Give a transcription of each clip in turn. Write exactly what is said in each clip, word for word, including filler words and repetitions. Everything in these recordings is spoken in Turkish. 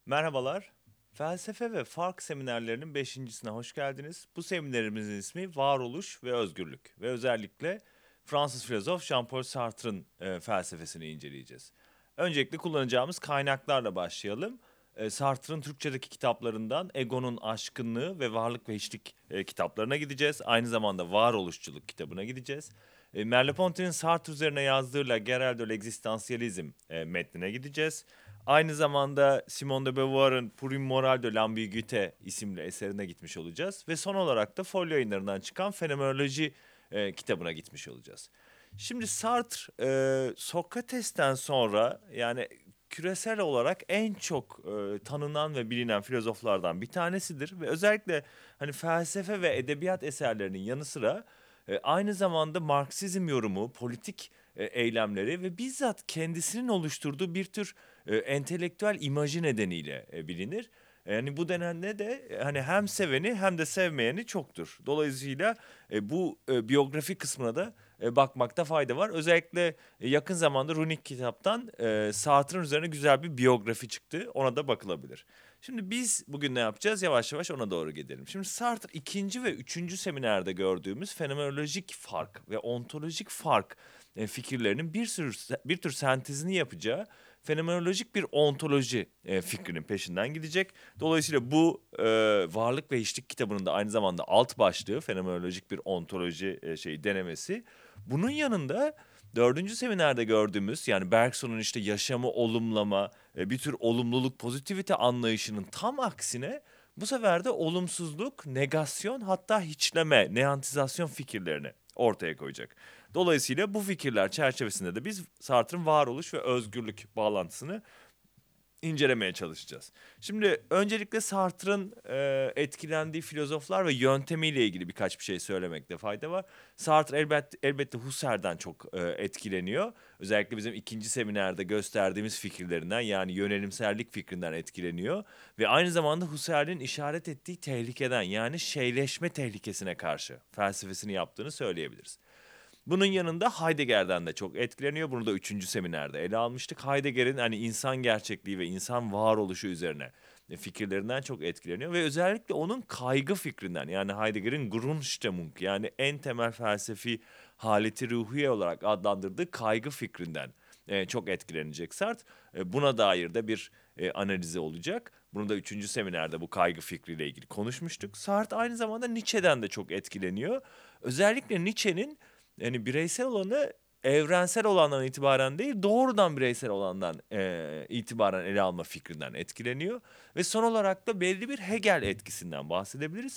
Merhabalar. Felsefe ve Fark seminerlerinin beşincisine hoş geldiniz. Bu seminerimizin ismi Varoluş ve Özgürlük ve özellikle Fransız filozof Jean-Paul Sartre'ın e, felsefesini inceleyeceğiz. Öncelikle kullanacağımız kaynaklarla başlayalım. E, Sartre'ın Türkçedeki kitaplarından Egon'un Aşkınlığı ve Varlık ve Hiçlik e, kitaplarına gideceğiz. Aynı zamanda Varoluşçuluk kitabına gideceğiz. E, Merleau-Ponty'nin Sartre üzerine yazdığı La Guerre de l'Existantialisme e, metnine gideceğiz. Aynı zamanda Simone de Beauvoir'ın Pour une morale de l'ambiguïté isimli eserine gitmiş olacağız. Ve son olarak da Folyo Yayınları'ndan çıkan Fenomenoloji e, kitabına gitmiş olacağız. Şimdi Sartre, e, Sokrates'ten sonra yani küresel olarak en çok e, tanınan ve bilinen filozoflardan bir tanesidir. Ve özellikle hani felsefe ve edebiyat eserlerinin yanı sıra e, aynı zamanda Marksizm yorumu, politik e, eylemleri ve bizzat kendisinin oluşturduğu bir tür e, entelektüel imajı nedeniyle e, bilinir. Yani bu denenle de e, hani hem seveni hem de sevmeyeni çoktur. Dolayısıyla e, bu e, biyografi kısmına da e, bakmakta fayda var. Özellikle e, yakın zamanda Runik kitaptan e, Sartre'ın üzerine güzel bir biyografi çıktı. Ona da bakılabilir. Şimdi biz bugün ne yapacağız? Yavaş yavaş ona doğru gidelim. Şimdi Sartre ikinci ve üçüncü seminerde gördüğümüz fenomenolojik fark ve ontolojik fark e, fikirlerinin bir sürü bir tür sentezini yapacağı fenomenolojik bir ontoloji e, fikrinin peşinden gidecek. Dolayısıyla bu e, Varlık ve Hiçlik kitabının da aynı zamanda alt başlığı fenomenolojik bir ontoloji e, şeyi denemesi. Bunun yanında dördüncü seminerde gördüğümüz yani Bergson'un işte yaşamı olumlama, e, bir tür olumluluk, pozitivite anlayışının tam aksine bu sefer de olumsuzluk, negasyon hatta hiçleme, neantizasyon fikirlerini ortaya koyacak. Dolayısıyla bu fikirler çerçevesinde de biz Sartre'ın varoluş ve özgürlük bağlantısını incelemeye çalışacağız. Şimdi öncelikle Sartre'ın e, etkilendiği filozoflar ve yöntemiyle ilgili birkaç bir şey söylemekte fayda var. Sartre elbette, elbette Husserl'den çok e, etkileniyor. Özellikle bizim ikinci seminerde gösterdiğimiz fikirlerinden yani yönelimsellik fikrinden etkileniyor. Ve aynı zamanda Husserl'in işaret ettiği tehlikeden yani şeyleşme tehlikesine karşı felsefesini yaptığını söyleyebiliriz. Bunun yanında Heidegger'den de çok etkileniyor. Bunu da üçüncü seminerde ele almıştık. Heidegger'in hani insan gerçekliği ve insan varoluşu üzerine e, fikirlerinden çok etkileniyor. Ve özellikle onun kaygı fikrinden yani Heidegger'in Grundstimmung yani en temel felsefi haleti ruhiye olarak adlandırdığı kaygı fikrinden e, çok etkilenecek Sartre. E, buna dair de bir e, analizi olacak. Bunu da üçüncü seminerde bu kaygı fikriyle ilgili konuşmuştuk. Sartre aynı zamanda Nietzsche'den de çok etkileniyor. Özellikle Nietzsche'nin yani bireysel olanı evrensel olandan itibaren değil, doğrudan bireysel olandan e, itibaren ele alma fikrinden etkileniyor. Ve son olarak da belli bir Hegel etkisinden bahsedebiliriz.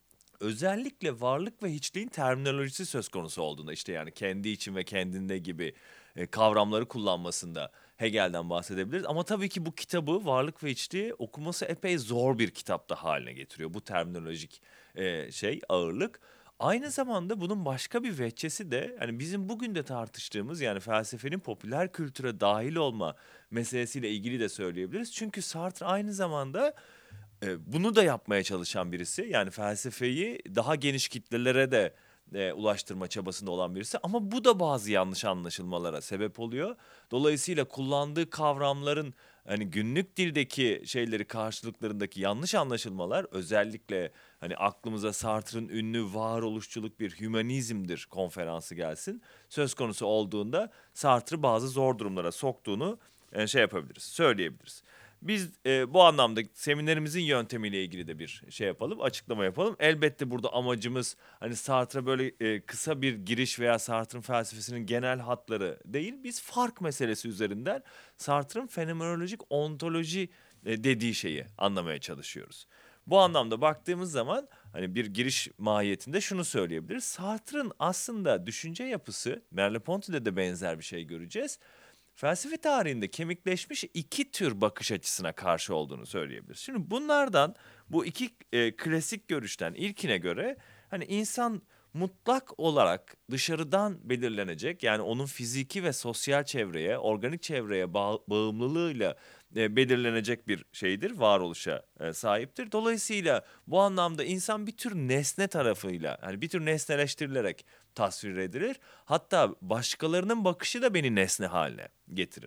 Özellikle varlık ve hiçliğin terminolojisi söz konusu olduğunda işte yani kendi için ve kendinde gibi e, kavramları kullanmasında Hegel'den bahsedebiliriz. Ama tabii ki bu kitabı varlık ve hiçliği okuması epey zor bir kitapta haline getiriyor. Bu terminolojik e, şey ağırlık. Aynı zamanda bunun başka bir veçesi de hani bizim bugün de tartıştığımız yani felsefenin popüler kültüre dahil olma meselesiyle ilgili de söyleyebiliriz. Çünkü Sartre aynı zamanda e, bunu da yapmaya çalışan birisi. Yani felsefeyi daha geniş kitlelere de e, ulaştırma çabasında olan birisi. Ama bu da bazı yanlış anlaşılmalara sebep oluyor. Dolayısıyla kullandığı kavramların hani günlük dildeki şeyleri karşılıklarındaki yanlış anlaşılmalar özellikle hani aklımıza Sartre'ın ünlü varoluşçuluk bir hümanizmdir konferansı gelsin. Söz konusu olduğunda Sartre bazı zor durumlara soktuğunu e, şey yapabiliriz, söyleyebiliriz. Biz e, bu anlamda seminerimizin yöntemiyle ilgili de bir şey yapalım, açıklama yapalım. Elbette burada amacımız hani Sartre'a böyle e, kısa bir giriş veya Sartre'ın felsefesinin genel hatları değil. Biz fark meselesi üzerinden Sartre'ın fenomenolojik ontoloji e, dediği şeyi anlamaya çalışıyoruz. Bu anlamda baktığımız zaman hani bir giriş mahiyetinde şunu söyleyebiliriz. Sartre'ın aslında düşünce yapısı, Merleau-Ponty'de de benzer bir şey göreceğiz. Felsefe tarihinde kemikleşmiş iki tür bakış açısına karşı olduğunu söyleyebiliriz. Şimdi bunlardan bu iki e, klasik görüşten ilkine göre hani insan mutlak olarak dışarıdan belirlenecek yani onun fiziki ve sosyal çevreye, organik çevreye bağ- bağımlılığıyla e, belirlenecek bir şeydir, varoluşa e, sahiptir. Dolayısıyla bu anlamda insan bir tür nesne tarafıyla, yani bir tür nesneleştirilerek tasvir edilir. Hatta başkalarının bakışı da beni nesne haline getirir.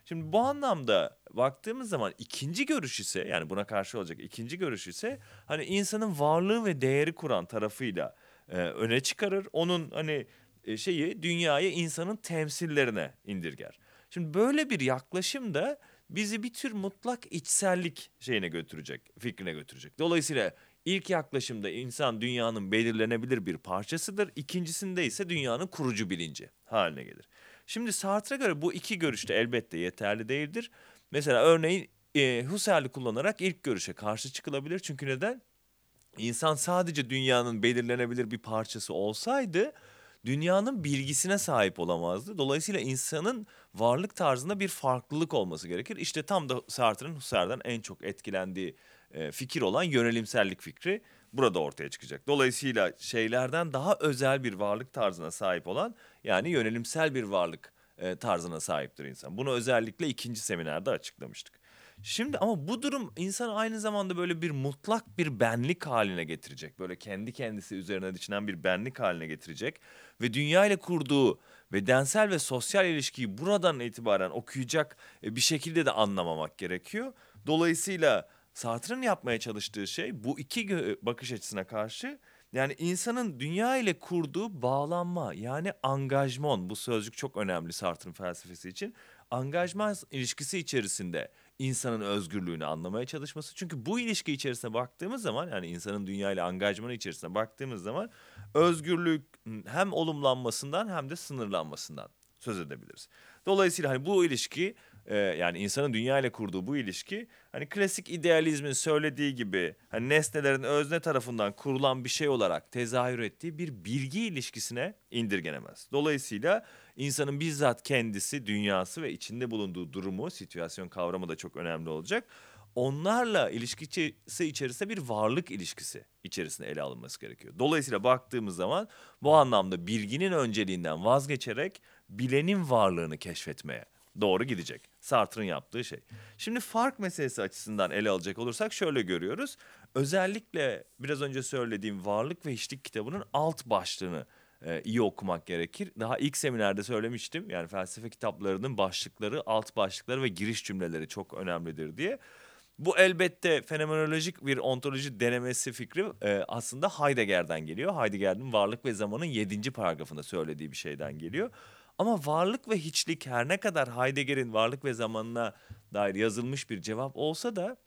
Şimdi bu anlamda baktığımız zaman ikinci görüş ise, yani buna karşı olacak ikinci görüş ise hani insanın varlığı ve değeri kuran tarafıyla e, öne çıkarır. Onun hani e, şeyi dünyayı insanın temsillerine indirger. Şimdi böyle bir yaklaşım da bizi bir tür mutlak içsellik şeyine götürecek, fikrine götürecek. Dolayısıyla ilk yaklaşımda insan dünyanın belirlenebilir bir parçasıdır. İkincisinde ise dünyanın kurucu bilinci haline gelir. Şimdi Sartre'a göre bu iki görüş de elbette yeterli değildir. Mesela örneğin e, Husserl'i kullanarak ilk görüşe karşı çıkılabilir. Çünkü neden? İnsan sadece dünyanın belirlenebilir bir parçası olsaydı dünyanın bilgisine sahip olamazdı. Dolayısıyla insanın varlık tarzında bir farklılık olması gerekir. İşte tam da Sartre'ın Husserl'den en çok etkilendiği e, fikir olan yönelimsellik fikri burada ortaya çıkacak. Dolayısıyla şeylerden daha özel bir varlık tarzına sahip olan, yani yönelimsel bir varlık e, tarzına sahiptir insan. Bunu özellikle ikinci seminerde açıklamıştık. Şimdi ama bu durum insan aynı zamanda böyle bir mutlak bir benlik haline getirecek. Böyle kendi kendisi üzerine düşünen bir benlik haline getirecek. Ve dünya ile kurduğu bedensel ve sosyal ilişkiyi buradan itibaren okuyacak e, bir şekilde de anlamamak gerekiyor. Dolayısıyla Sartre'ın yapmaya çalıştığı şey bu iki gö- bakış açısına karşı, yani insanın dünya ile kurduğu bağlanma, yani angajman, bu sözcük çok önemli Sartre'ın felsefesi için. Angajman ilişkisi içerisinde insanın özgürlüğünü anlamaya çalışması. Çünkü bu ilişki içerisine baktığımız zaman, yani insanın dünya ile angajmanı içerisine baktığımız zaman özgürlük hem olumlanmasından hem de sınırlanmasından söz edebiliriz. Dolayısıyla hani bu ilişki e, yani insanın dünya ile kurduğu bu ilişki hani klasik idealizmin söylediği gibi hani nesnelerin özne tarafından kurulan bir şey olarak tezahür ettiği bir bilgi ilişkisine indirgenemez. Dolayısıyla insanın bizzat kendisi, dünyası ve içinde bulunduğu durumu, situasyon kavramı da çok önemli olacak. Onlarla ilişkisi içerisinde bir varlık ilişkisi içerisinde ele alınması gerekiyor. Dolayısıyla baktığımız zaman bu anlamda bilginin önceliğinden vazgeçerek bilenin varlığını keşfetmeye doğru gidecek. Sartre'ın yaptığı şey. Şimdi fark meselesi açısından ele alacak olursak şöyle görüyoruz. Özellikle biraz önce söylediğim Varlık ve Hiçlik kitabının alt başlığını e, iyi okumak gerekir. Daha ilk seminerde söylemiştim. Yani felsefe kitaplarının başlıkları, alt başlıkları ve giriş cümleleri çok önemlidir diye. Bu elbette fenomenolojik bir ontoloji denemesi fikri e, aslında Heidegger'den geliyor. Heidegger'in Varlık ve Zaman'ın yedinci paragrafında söylediği bir şeyden geliyor. Ama varlık ve hiçlik her ne kadar Heidegger'in Varlık ve Zaman'ına dair yazılmış bir cevap olsa da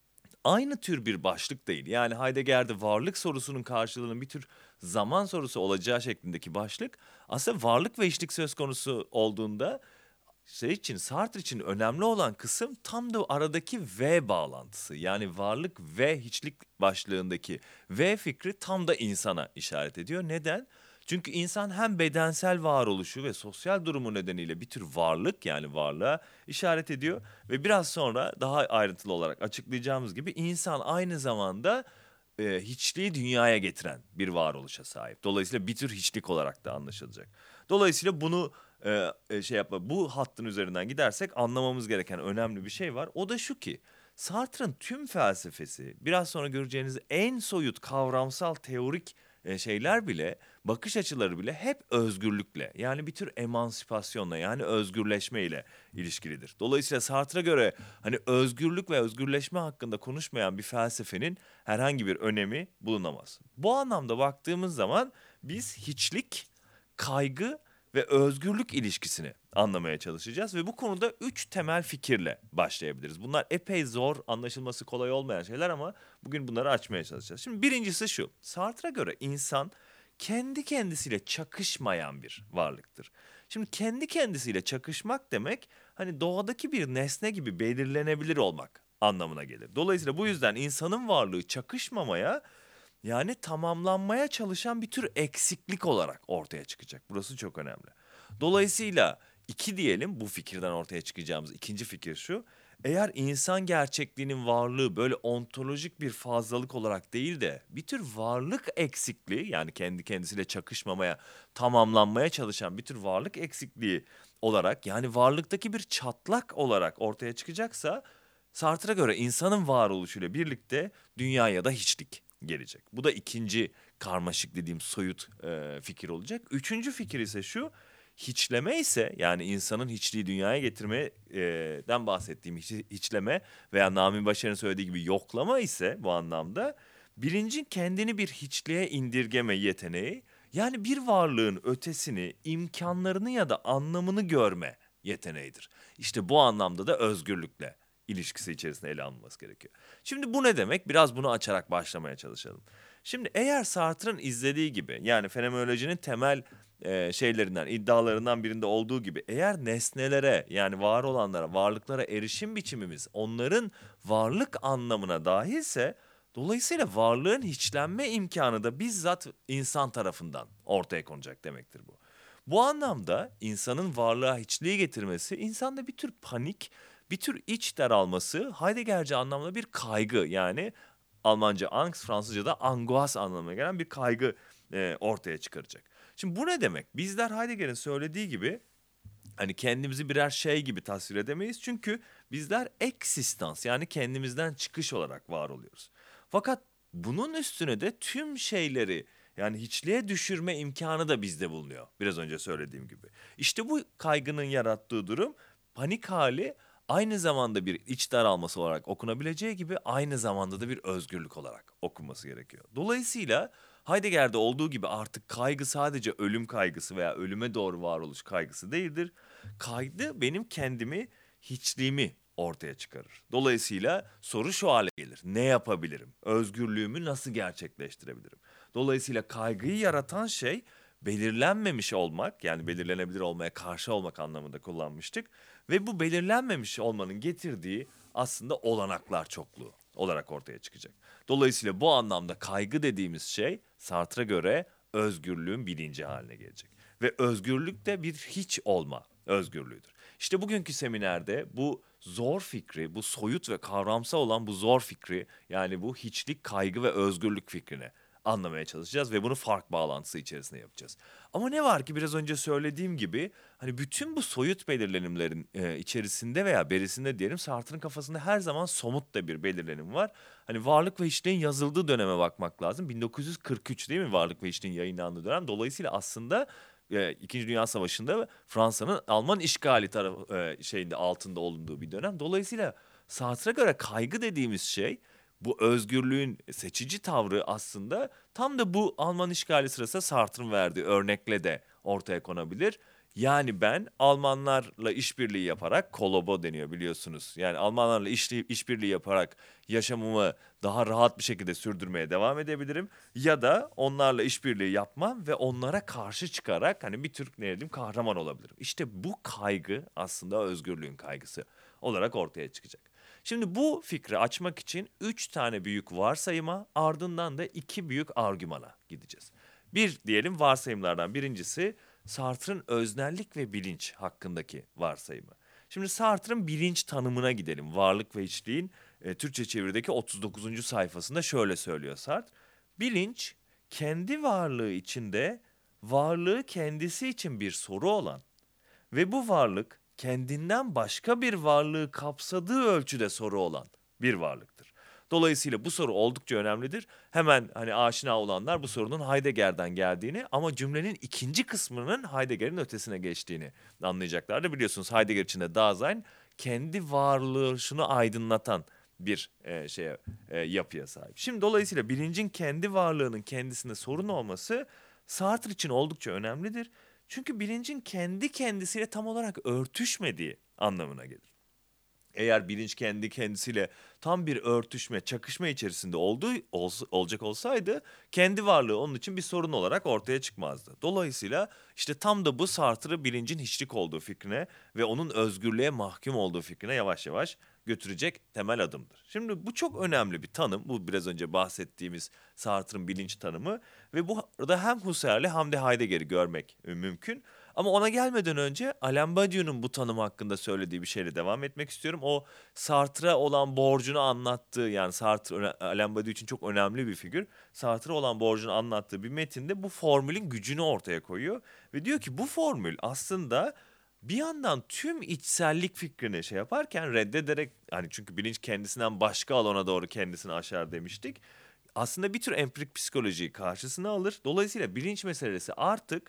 aynı tür bir başlık değil. Yani Heidegger'de varlık sorusunun karşılığının bir tür zaman sorusu olacağı şeklindeki başlık aslında varlık ve hiçlik söz konusu olduğunda şey için, Sartre için önemli olan kısım tam da aradaki V bağlantısı. Yani varlık ve hiçlik başlığındaki V fikri tam da insana işaret ediyor. Neden? Çünkü insan hem bedensel varoluşu ve sosyal durumu nedeniyle bir tür varlık, yani varlığa işaret ediyor. Ve biraz sonra daha ayrıntılı olarak açıklayacağımız gibi insan aynı zamanda e, hiçliği dünyaya getiren bir varoluşa sahip. Dolayısıyla bir tür hiçlik olarak da anlaşılacak. Dolayısıyla bunu e, e, şey yapma, bu hattın üzerinden gidersek anlamamız gereken önemli bir şey var. O da şu ki Sartre'ın tüm felsefesi, biraz sonra göreceğiniz en soyut kavramsal teorik e, şeyler bile, bakış açıları bile hep özgürlükle, yani bir tür emancipasyonla, yani özgürleşmeyle ilişkilidir. Dolayısıyla Sartre'a göre hani özgürlük ve özgürleşme hakkında konuşmayan bir felsefenin herhangi bir önemi bulunamaz. Bu anlamda baktığımız zaman biz hiçlik, kaygı ve özgürlük ilişkisini anlamaya çalışacağız ve bu konuda üç temel fikirle başlayabiliriz. Bunlar epey zor, anlaşılması kolay olmayan şeyler ama bugün bunları açmaya çalışacağız. Şimdi birincisi şu: Sartre'a göre insan kendi kendisiyle çakışmayan bir varlıktır. Şimdi kendi kendisiyle çakışmak demek hani doğadaki bir nesne gibi belirlenebilir olmak anlamına gelir. Dolayısıyla bu yüzden insanın varlığı çakışmamaya, yani tamamlanmaya çalışan bir tür eksiklik olarak ortaya çıkacak. Burası çok önemli. Dolayısıyla iki diyelim, bu fikirden ortaya çıkacağımız ikinci fikir şu: eğer insan gerçekliğinin varlığı böyle ontolojik bir fazlalık olarak değil de bir tür varlık eksikliği, yani kendi kendisiyle çakışmamaya, tamamlanmaya çalışan bir tür varlık eksikliği olarak, yani varlıktaki bir çatlak olarak ortaya çıkacaksa, Sartre'a göre insanın varoluşuyla birlikte dünyaya da hiçlik gelecek. Bu da ikinci karmaşık dediğim soyut e, fikir olacak. Üçüncü fikir ise şu: Hiçleme ise, yani insanın hiçliği dünyaya getirmeden bahsettiğim hiç- hiçleme veya Nami Başar'ın söylediği gibi yoklama ise bu anlamda bilincin kendini bir hiçliğe indirgeme yeteneği, yani bir varlığın ötesini, imkanlarını ya da anlamını görme yeteneğidir. İşte bu anlamda da özgürlükle ilişkisi içerisinde ele alınması gerekiyor. Şimdi bu ne demek? Biraz bunu açarak başlamaya çalışalım. Şimdi eğer Sartre'ın izlediği gibi, yani fenomenolojinin temel e, şeylerinden, iddialarından birinde olduğu gibi, eğer nesnelere, yani var olanlara, varlıklara erişim biçimimiz onların varlık anlamına dahilse, dolayısıyla varlığın hiçlenme imkanı da bizzat insan tarafından ortaya konacak demektir bu. Bu anlamda insanın varlığa hiçliği getirmesi, insanda bir tür panik, bir tür iç daralması, Heideggerci anlamda bir kaygı, yani Almanca Angst, Fransızca'da Angoisse anlamına gelen bir kaygı e, ortaya çıkaracak. Şimdi bu ne demek? Bizler Heidegger'in söylediği gibi hani kendimizi birer şey gibi tasvir edemeyiz. Çünkü bizler eksistans, yani kendimizden çıkış olarak var oluyoruz. Fakat bunun üstüne de tüm şeyleri, yani hiçliğe düşürme imkanı da bizde bulunuyor. Biraz önce söylediğim gibi. İşte bu kaygının yarattığı durum, panik hali, aynı zamanda bir iç daralması olarak okunabileceği gibi aynı zamanda da bir özgürlük olarak okunması gerekiyor. Dolayısıyla Heidegger'de olduğu gibi artık kaygı sadece ölüm kaygısı veya ölüme doğru varoluş kaygısı değildir. Kaygı benim kendimi, hiçliğimi ortaya çıkarır. Dolayısıyla soru şu hale gelir: ne yapabilirim? Özgürlüğümü nasıl gerçekleştirebilirim? Dolayısıyla kaygıyı yaratan şey belirlenmemiş olmak, yani belirlenebilir olmaya karşı olmak anlamında kullanmıştık. Ve bu belirlenmemiş olmanın getirdiği aslında olanaklar çokluğu olarak ortaya çıkacak. Dolayısıyla bu anlamda kaygı dediğimiz şey Sartre'a göre özgürlüğün bilinci haline gelecek. Ve özgürlük de bir hiç olma özgürlüğüdür. İşte bugünkü seminerde bu zor fikri, bu soyut ve kavramsal olan bu zor fikri, yani bu hiçlik, kaygı ve özgürlük fikrini anlamaya çalışacağız ve bunu fark bağlantısı içerisinde yapacağız. Ama ne var ki biraz önce söylediğim gibi, hani bütün bu soyut belirlenimlerin e, içerisinde veya berisinde diyelim, Sartre'ın kafasında her zaman somut da bir belirlenim var. Hani varlık ve hiçliğin yazıldığı döneme bakmak lazım. bin dokuz yüz kırk üç değil mi varlık ve hiçliğin yayınlandığı dönem? Dolayısıyla aslında e, İkinci Dünya Savaşı'nda Fransa'nın Alman işgali tarafı e, şeyinde altında olunduğu bir dönem. Dolayısıyla Sartre'a göre kaygı dediğimiz şey, bu özgürlüğün seçici tavrı aslında tam da bu Alman işgali sırasında Sartre'ın verdiği örnekle de ortaya konabilir. Yani ben Almanlarla işbirliği yaparak, kolabo deniyor biliyorsunuz. Yani Almanlarla iş, işbirliği yaparak yaşamımı daha rahat bir şekilde sürdürmeye devam edebilirim. Ya da onlarla işbirliği yapmam ve onlara karşı çıkarak hani bir tür ne diyeyim kahraman olabilirim. İşte bu kaygı aslında özgürlüğün kaygısı olarak ortaya çıkacak. Şimdi bu fikri açmak için üç tane büyük varsayıma, ardından da iki büyük argümana gideceğiz. Bir diyelim varsayımlardan birincisi Sartre'ın öznellik ve bilinç hakkındaki varsayımı. Şimdi Sartre'ın bilinç tanımına gidelim. Varlık ve hiçliğin e, Türkçe çevirideki otuz dokuzuncu sayfasında şöyle söylüyor Sartre. Bilinç, kendi varlığı içinde varlığı kendisi için bir soru olan ve bu varlık kendinden başka bir varlığı kapsadığı ölçüde soru olan bir varlıktır. Dolayısıyla bu soru oldukça önemlidir. Hemen hani aşina olanlar bu sorunun Heidegger'den geldiğini ama cümlenin ikinci kısmının Heidegger'in ötesine geçtiğini anlayacaklardır. Biliyorsunuz Heidegger için de Dasein kendi varlığını aydınlatan bir e, şeye e, yapıya sahip. Şimdi dolayısıyla bilincin kendi varlığının kendisinde sorun olması Sartre için oldukça önemlidir. Çünkü bilincin kendi kendisiyle tam olarak örtüşmediği anlamına gelir. Eğer bilinç kendi kendisiyle tam bir örtüşme, çakışma içerisinde olduğu ol, olacak olsaydı kendi varlığı onun için bir sorun olarak ortaya çıkmazdı. Dolayısıyla işte tam da bu Sartre'ı bilincin hiçlik olduğu fikrine ve onun özgürlüğe mahkum olduğu fikrine yavaş yavaş götürecek temel adımdır. Şimdi bu çok önemli bir tanım. Bu biraz önce bahsettiğimiz Sartre'ın bilinç tanımı ve burada hem Husserl'i hem de Heidegger'i görmek mümkün. Ama ona gelmeden önce Alain Badiou'nun bu tanım hakkında söylediği bir şeyle devam etmek istiyorum. O Sartre'a olan borcunu anlattığı, yani Sartre Alain Badiou için çok önemli bir figür. Sartre'a olan borcunu anlattığı bir metinde bu formülün gücünü ortaya koyuyor. Ve diyor ki bu formül aslında bir yandan tüm içsellik fikrini şey yaparken reddederek, hani çünkü bilinç kendisinden başka alana doğru kendisini aşar demiştik. Aslında bir tür empirik psikolojiyi karşısına alır. Dolayısıyla bilinç meselesi artık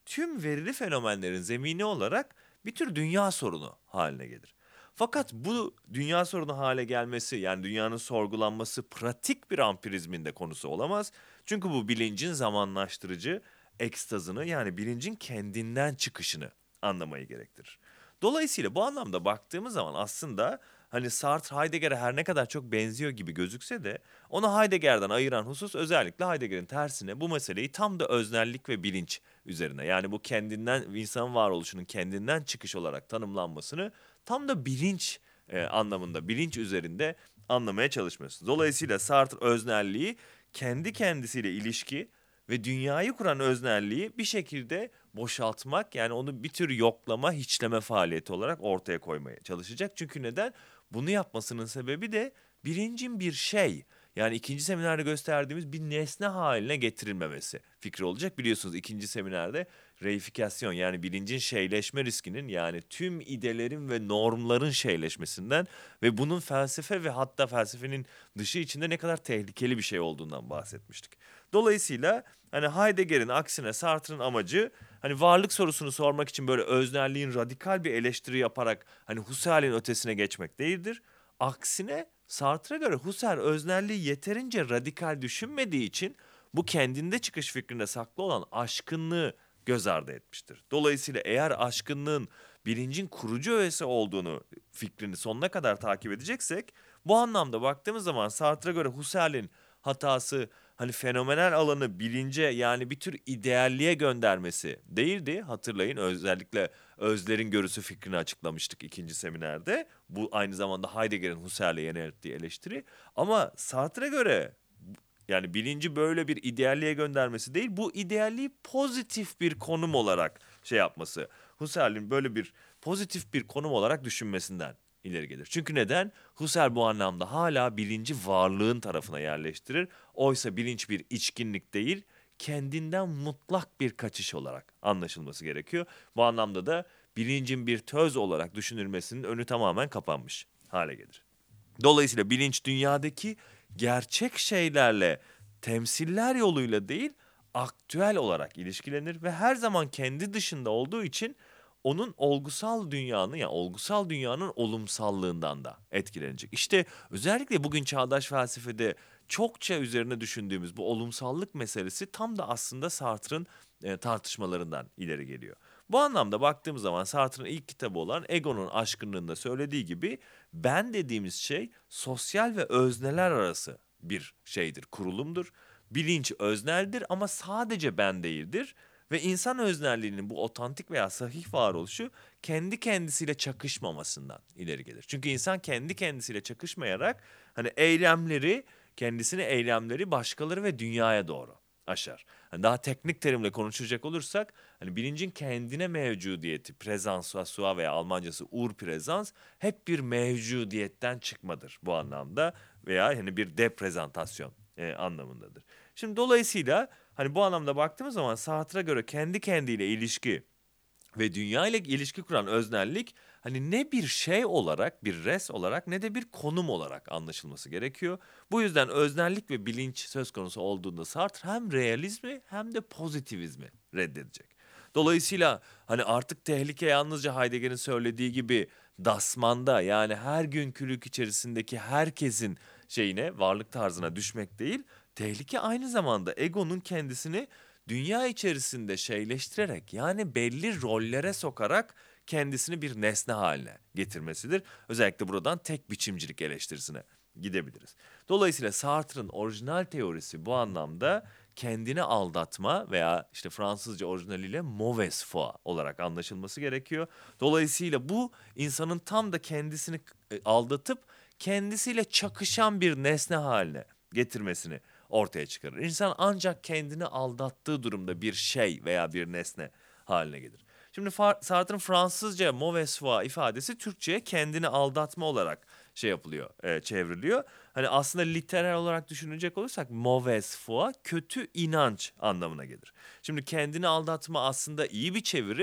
tüm verili fenomenlerin zemini olarak bir tür dünya sorunu haline gelir. Fakat bu dünya sorunu hale gelmesi, yani dünyanın sorgulanması pratik bir ampirizmin de konusu olamaz. Çünkü bu bilincin zamanlaştırıcı ekstazını, yani bilincin kendinden çıkışını anlamayı gerektirir. Dolayısıyla bu anlamda baktığımız zaman aslında hani Sartre Heidegger'e her ne kadar çok benziyor gibi gözükse de onu Heidegger'den ayıran husus özellikle Heidegger'in tersine bu meseleyi tam da öznellik ve bilinç üzerine, yani bu kendinden, insan varoluşunun kendinden çıkış olarak tanımlanmasını tam da bilinç e, anlamında, bilinç üzerinde anlamaya çalışması. Dolayısıyla Sartre öznelliği kendi kendisiyle ilişki ve dünyayı kuran öznelliği bir şekilde boşaltmak, yani onu bir tür yoklama, hiçleme faaliyeti olarak ortaya koymaya çalışacak. Çünkü neden? Bunu yapmasının sebebi de bilincin bir şey, yani ikinci seminerde gösterdiğimiz bir nesne haline getirilmemesi fikri olacak. Biliyorsunuz ikinci seminerde reifikasyon, yani bilincin şeyleşme riskinin, yani tüm idelerin ve normların şeyleşmesinden ve bunun felsefe ve hatta felsefenin dışı içinde ne kadar tehlikeli bir şey olduğundan bahsetmiştik. Dolayısıyla hani Heidegger'in aksine Sartre'ın amacı hani varlık sorusunu sormak için böyle öznelliğin radikal bir eleştiri yaparak hani Husserl'in ötesine geçmek değildir. Aksine Sartre'a göre Husserl öznelliği yeterince radikal düşünmediği için bu kendinde çıkış fikrinde saklı olan aşkınlığı göz ardı etmiştir. Dolayısıyla eğer aşkınlığın bilincin kurucu öğesi olduğunu, fikrini sonuna kadar takip edeceksek, bu anlamda baktığımız zaman Sartre'a göre Husserl'in hatası hani fenomenal alanı bilince, yani bir tür idealliğe göndermesi değildi. Hatırlayın, özellikle özlerin görüsü fikrini açıklamıştık ikinci seminerde. Bu aynı zamanda Heidegger'in Husserl'e yönelttiği eleştiri. Ama Sartre'a göre yani bilinci böyle bir idealliğe göndermesi değil, bu idealliği pozitif bir konum olarak şey yapması. Husserl'in böyle bir pozitif bir konum olarak düşünmesinden ileri gelir. Çünkü neden? Husserl bu anlamda hala bilinci varlığın tarafına yerleştirir. Oysa bilinç bir içkinlik değil, kendinden mutlak bir kaçış olarak anlaşılması gerekiyor. Bu anlamda da bilincin bir töz olarak düşünülmesinin önü tamamen kapanmış hale gelir. Dolayısıyla bilinç dünyadaki gerçek şeylerle temsiller yoluyla değil, aktüel olarak ilişkilenir ve her zaman kendi dışında olduğu için onun olgusal dünyanın, yani olgusal dünyanın olumsallığından da etkilenecek. İşte özellikle bugün çağdaş felsefede çokça üzerine düşündüğümüz bu olumsallık meselesi tam da aslında Sartre'ın e, tartışmalarından ileri geliyor. Bu anlamda baktığımız zaman Sartre'ın ilk kitabı olan Egon'un Aşkınlığı'nda söylediği gibi ben dediğimiz şey sosyal ve özneler arası bir şeydir, kurulumdur. Bilinç özneldir ama sadece ben değildir. Ve insan öznelliğinin bu otantik veya sahih varoluşu kendi kendisiyle çakışmamasından ileri gelir. Çünkü insan kendi kendisiyle çakışmayarak hani eylemleri, kendisini eylemleri başkaları ve dünyaya doğru aşar. Hani daha teknik terimle konuşacak olursak hani bilincin kendine mevcudiyeti, présence à soi veya Almancası Urpräsenz hep bir mevcudiyetten çıkmadır bu anlamda veya hani bir deprezentasyon e, anlamındadır. Şimdi dolayısıyla hani bu anlamda baktığımız zaman Sartre'a göre kendi kendiyle ilişki ve dünya ile ilişki kuran öznellik hani ne bir şey olarak, bir res olarak ne de bir konum olarak anlaşılması gerekiyor. Bu yüzden öznellik ve bilinç söz konusu olduğunda Sartre hem realizmi hem de pozitivizmi reddedecek. Dolayısıyla hani artık tehlike yalnızca Heidegger'in söylediği gibi dasmanda, yani her günkülük içerisindeki herkesin şeyine, varlık tarzına düşmek değil. Tehlike aynı zamanda egonun kendisini dünya içerisinde şeyleştirerek, yani belli rollere sokarak kendisini bir nesne haline getirmesidir. Özellikle buradan tek biçimcilik eleştirisine gidebiliriz. Dolayısıyla Sartre'ın orijinal teorisi bu anlamda kendini aldatma veya işte Fransızca orijinaliyle mauvaise foi olarak anlaşılması gerekiyor. Dolayısıyla bu insanın tam da kendisini e, aldatıp kendisiyle çakışan bir nesne haline getirmesini ortaya çıkarır. İnsan ancak kendini aldattığı durumda bir şey veya bir nesne haline gelir. Şimdi Sartre'ın Fransızca mauvaise foi ifadesi Türkçe'ye kendini aldatma olarak şey yapılıyor, e, çevriliyor. Hani aslında literal olarak düşünecek olursak mauvaise foi kötü inanç anlamına gelir. Şimdi kendini aldatma aslında iyi bir çeviri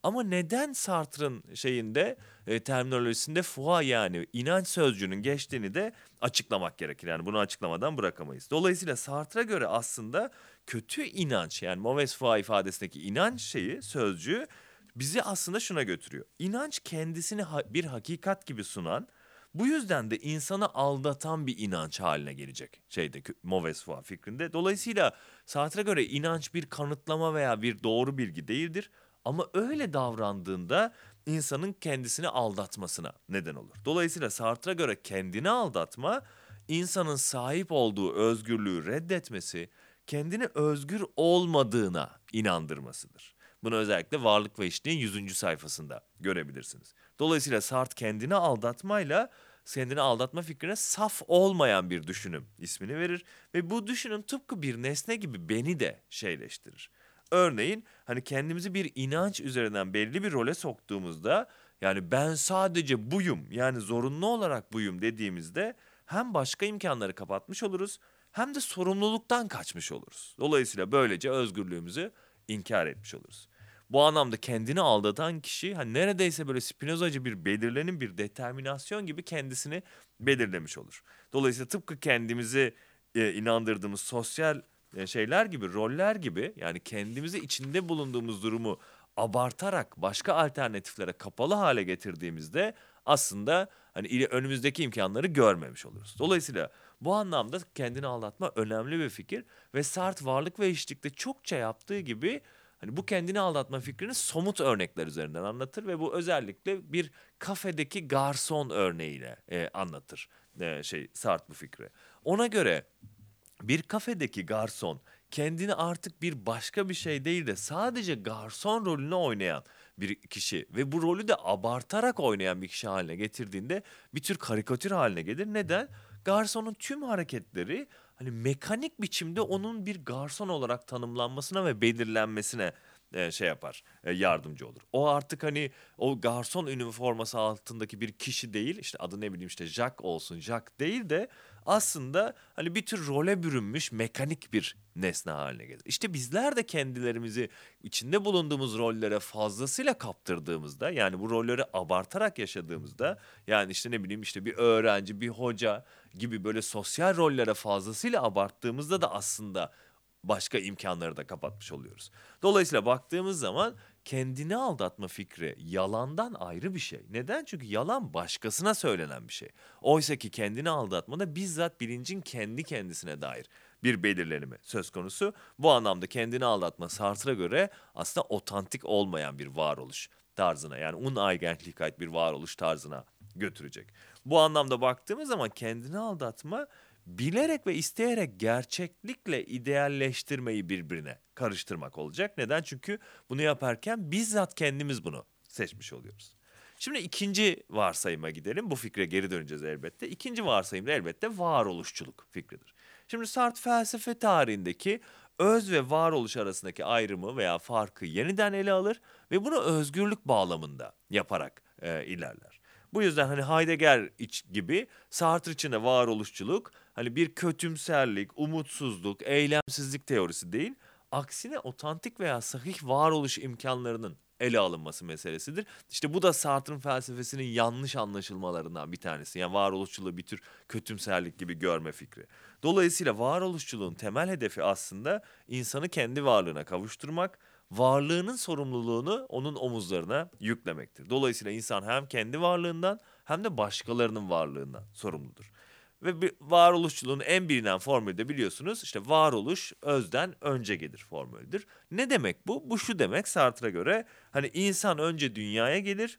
Ama neden Sartre'ın şeyinde e, terminolojisinde foi yani inanç sözcüğünün geçtiğini de açıklamak gerekir. Yani bunu açıklamadan bırakamayız. Dolayısıyla Sartre'a göre aslında kötü inanç yani mauvaise foi ifadesindeki inanç şeyi sözcüğü bizi aslında şuna götürüyor. İnanç kendisini ha- bir hakikat gibi sunan, bu yüzden de insanı aldatan bir inanç haline gelecek şeyde kö- mauvaise foi fikrinde. Dolayısıyla Sartre'a göre inanç bir kanıtlama veya bir doğru bilgi değildir. Ama öyle davrandığında insanın kendisini aldatmasına neden olur. Dolayısıyla Sartre'a göre kendini aldatma, insanın sahip olduğu özgürlüğü reddetmesi, kendini özgür olmadığına inandırmasıdır. Bunu özellikle Varlık ve Hiçliğin yüzüncü sayfasında görebilirsiniz. Dolayısıyla Sartre kendini aldatmayla kendini aldatma fikrine saf olmayan bir düşünüm ismini verir ve bu düşünüm tıpkı bir nesne gibi beni de şeyleştirir. Örneğin hani kendimizi bir inanç üzerinden belli bir role soktuğumuzda yani ben sadece buyum yani zorunlu olarak buyum dediğimizde hem başka imkanları kapatmış oluruz hem de sorumluluktan kaçmış oluruz. Dolayısıyla böylece özgürlüğümüzü inkar etmiş oluruz. Bu anlamda kendini aldatan kişi hani neredeyse böyle Spinozacı bir belirlenim, bir determinasyon gibi kendisini belirlemiş olur. Dolayısıyla tıpkı kendimizi e, inandırdığımız sosyal e, şeyler gibi, roller gibi yani kendimizi içinde bulunduğumuz durumu abartarak başka alternatiflere kapalı hale getirdiğimizde aslında hani ili- önümüzdeki imkanları görmemiş oluruz. Dolayısıyla bu anlamda kendini aldatma önemli bir fikir ve Sartre Varlık ve Hiçlik'te çokça yaptığı gibi hani bu kendini aldatma fikrini somut örnekler üzerinden anlatır ve bu özellikle bir kafedeki garson örneğiyle e, anlatır e, şey Sartre bu fikri. Ona göre bir kafedeki garson kendini artık bir başka bir şey değil de sadece garson rolünü oynayan bir kişi ve bu rolü de abartarak oynayan bir kişi haline getirdiğinde bir tür karikatür haline gelir. Neden? Garsonun tüm hareketleri hani mekanik biçimde onun bir garson olarak tanımlanmasına ve belirlenmesine e, şey yapar, e, yardımcı olur. O artık hani o garson üniforması altındaki bir kişi değil, işte adı ne bileyim işte Jack olsun, Jack değil de aslında hani bir tür role bürünmüş mekanik bir nesne haline gelir. İşte bizler de kendilerimizi içinde bulunduğumuz rollere fazlasıyla kaptırdığımızda yani bu rolleri abartarak yaşadığımızda yani işte ne bileyim işte bir öğrenci, bir hoca gibi böyle sosyal rollere fazlasıyla abarttığımızda da aslında başka imkanları da kapatmış oluyoruz. Dolayısıyla baktığımız zaman kendini aldatma fikri yalandan ayrı bir şey. Neden? Çünkü yalan başkasına söylenen bir şey. Oysa ki kendini aldatmada bizzat bilincin kendi kendisine dair bir belirlenimi söz konusu. Bu anlamda kendini aldatma Sartre'a göre aslında otantik olmayan bir varoluş tarzına yani Uneigenlichkeit bir varoluş tarzına götürecek. Bu anlamda baktığımız zaman kendini aldatma bilerek ve isteyerek gerçeklikle idealleştirmeyi birbirine karıştırmak olacak. Neden? Çünkü bunu yaparken bizzat kendimiz bunu seçmiş oluyoruz. Şimdi ikinci varsayıma gidelim. Bu fikre geri döneceğiz elbette. İkinci varsayım da elbette varoluşçuluk fikridir. Şimdi Sartre felsefe tarihindeki öz ve varoluş arasındaki ayrımı veya farkı yeniden ele alır ve bunu özgürlük bağlamında yaparak e, ilerler. Bu yüzden hani Heidegger iç gibi Sartre için de varoluşçuluk hani bir kötümserlik, umutsuzluk, eylemsizlik teorisi değil, aksine otantik veya sahih varoluş imkanlarının ele alınması meselesidir. İşte bu da Sartre'ın felsefesinin yanlış anlaşılmalarından bir tanesi. Yani varoluşçuluğu bir tür kötümserlik gibi görme fikri. Dolayısıyla varoluşçuluğun temel hedefi aslında insanı kendi varlığına kavuşturmak, varlığının sorumluluğunu onun omuzlarına yüklemektir. Dolayısıyla insan hem kendi varlığından hem de başkalarının varlığından sorumludur. Ve bir varoluşçuluğun en bilinen formülü de biliyorsunuz işte varoluş özden önce gelir formülüdür. Ne demek bu? Bu şu demek Sartre'a göre hani insan önce dünyaya gelir,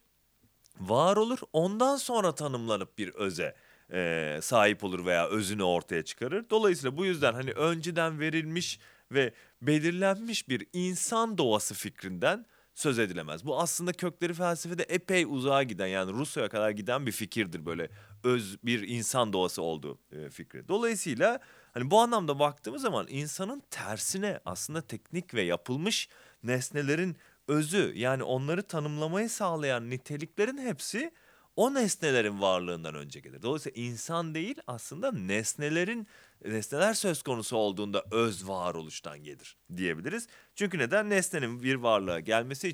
var olur ondan sonra tanımlanıp bir öze e, sahip olur veya özünü ortaya çıkarır. Dolayısıyla bu yüzden hani önceden verilmiş ve belirlenmiş bir insan doğası fikrinden söz edilemez. Bu aslında kökleri felsefede epey uzağa giden yani Rusya'ya kadar giden bir fikirdir böyle öz bir insan doğası olduğu e, fikri. Dolayısıyla hani bu anlamda baktığımız zaman insanın tersine aslında teknik ve yapılmış nesnelerin özü yani onları tanımlamayı sağlayan niteliklerin hepsi o nesnelerin varlığından önce gelir. Dolayısıyla insan değil aslında nesnelerin nesneler söz konusu olduğunda öz varoluştan gelir diyebiliriz. Çünkü neden? Nesnenin bir varlığa gelmesi için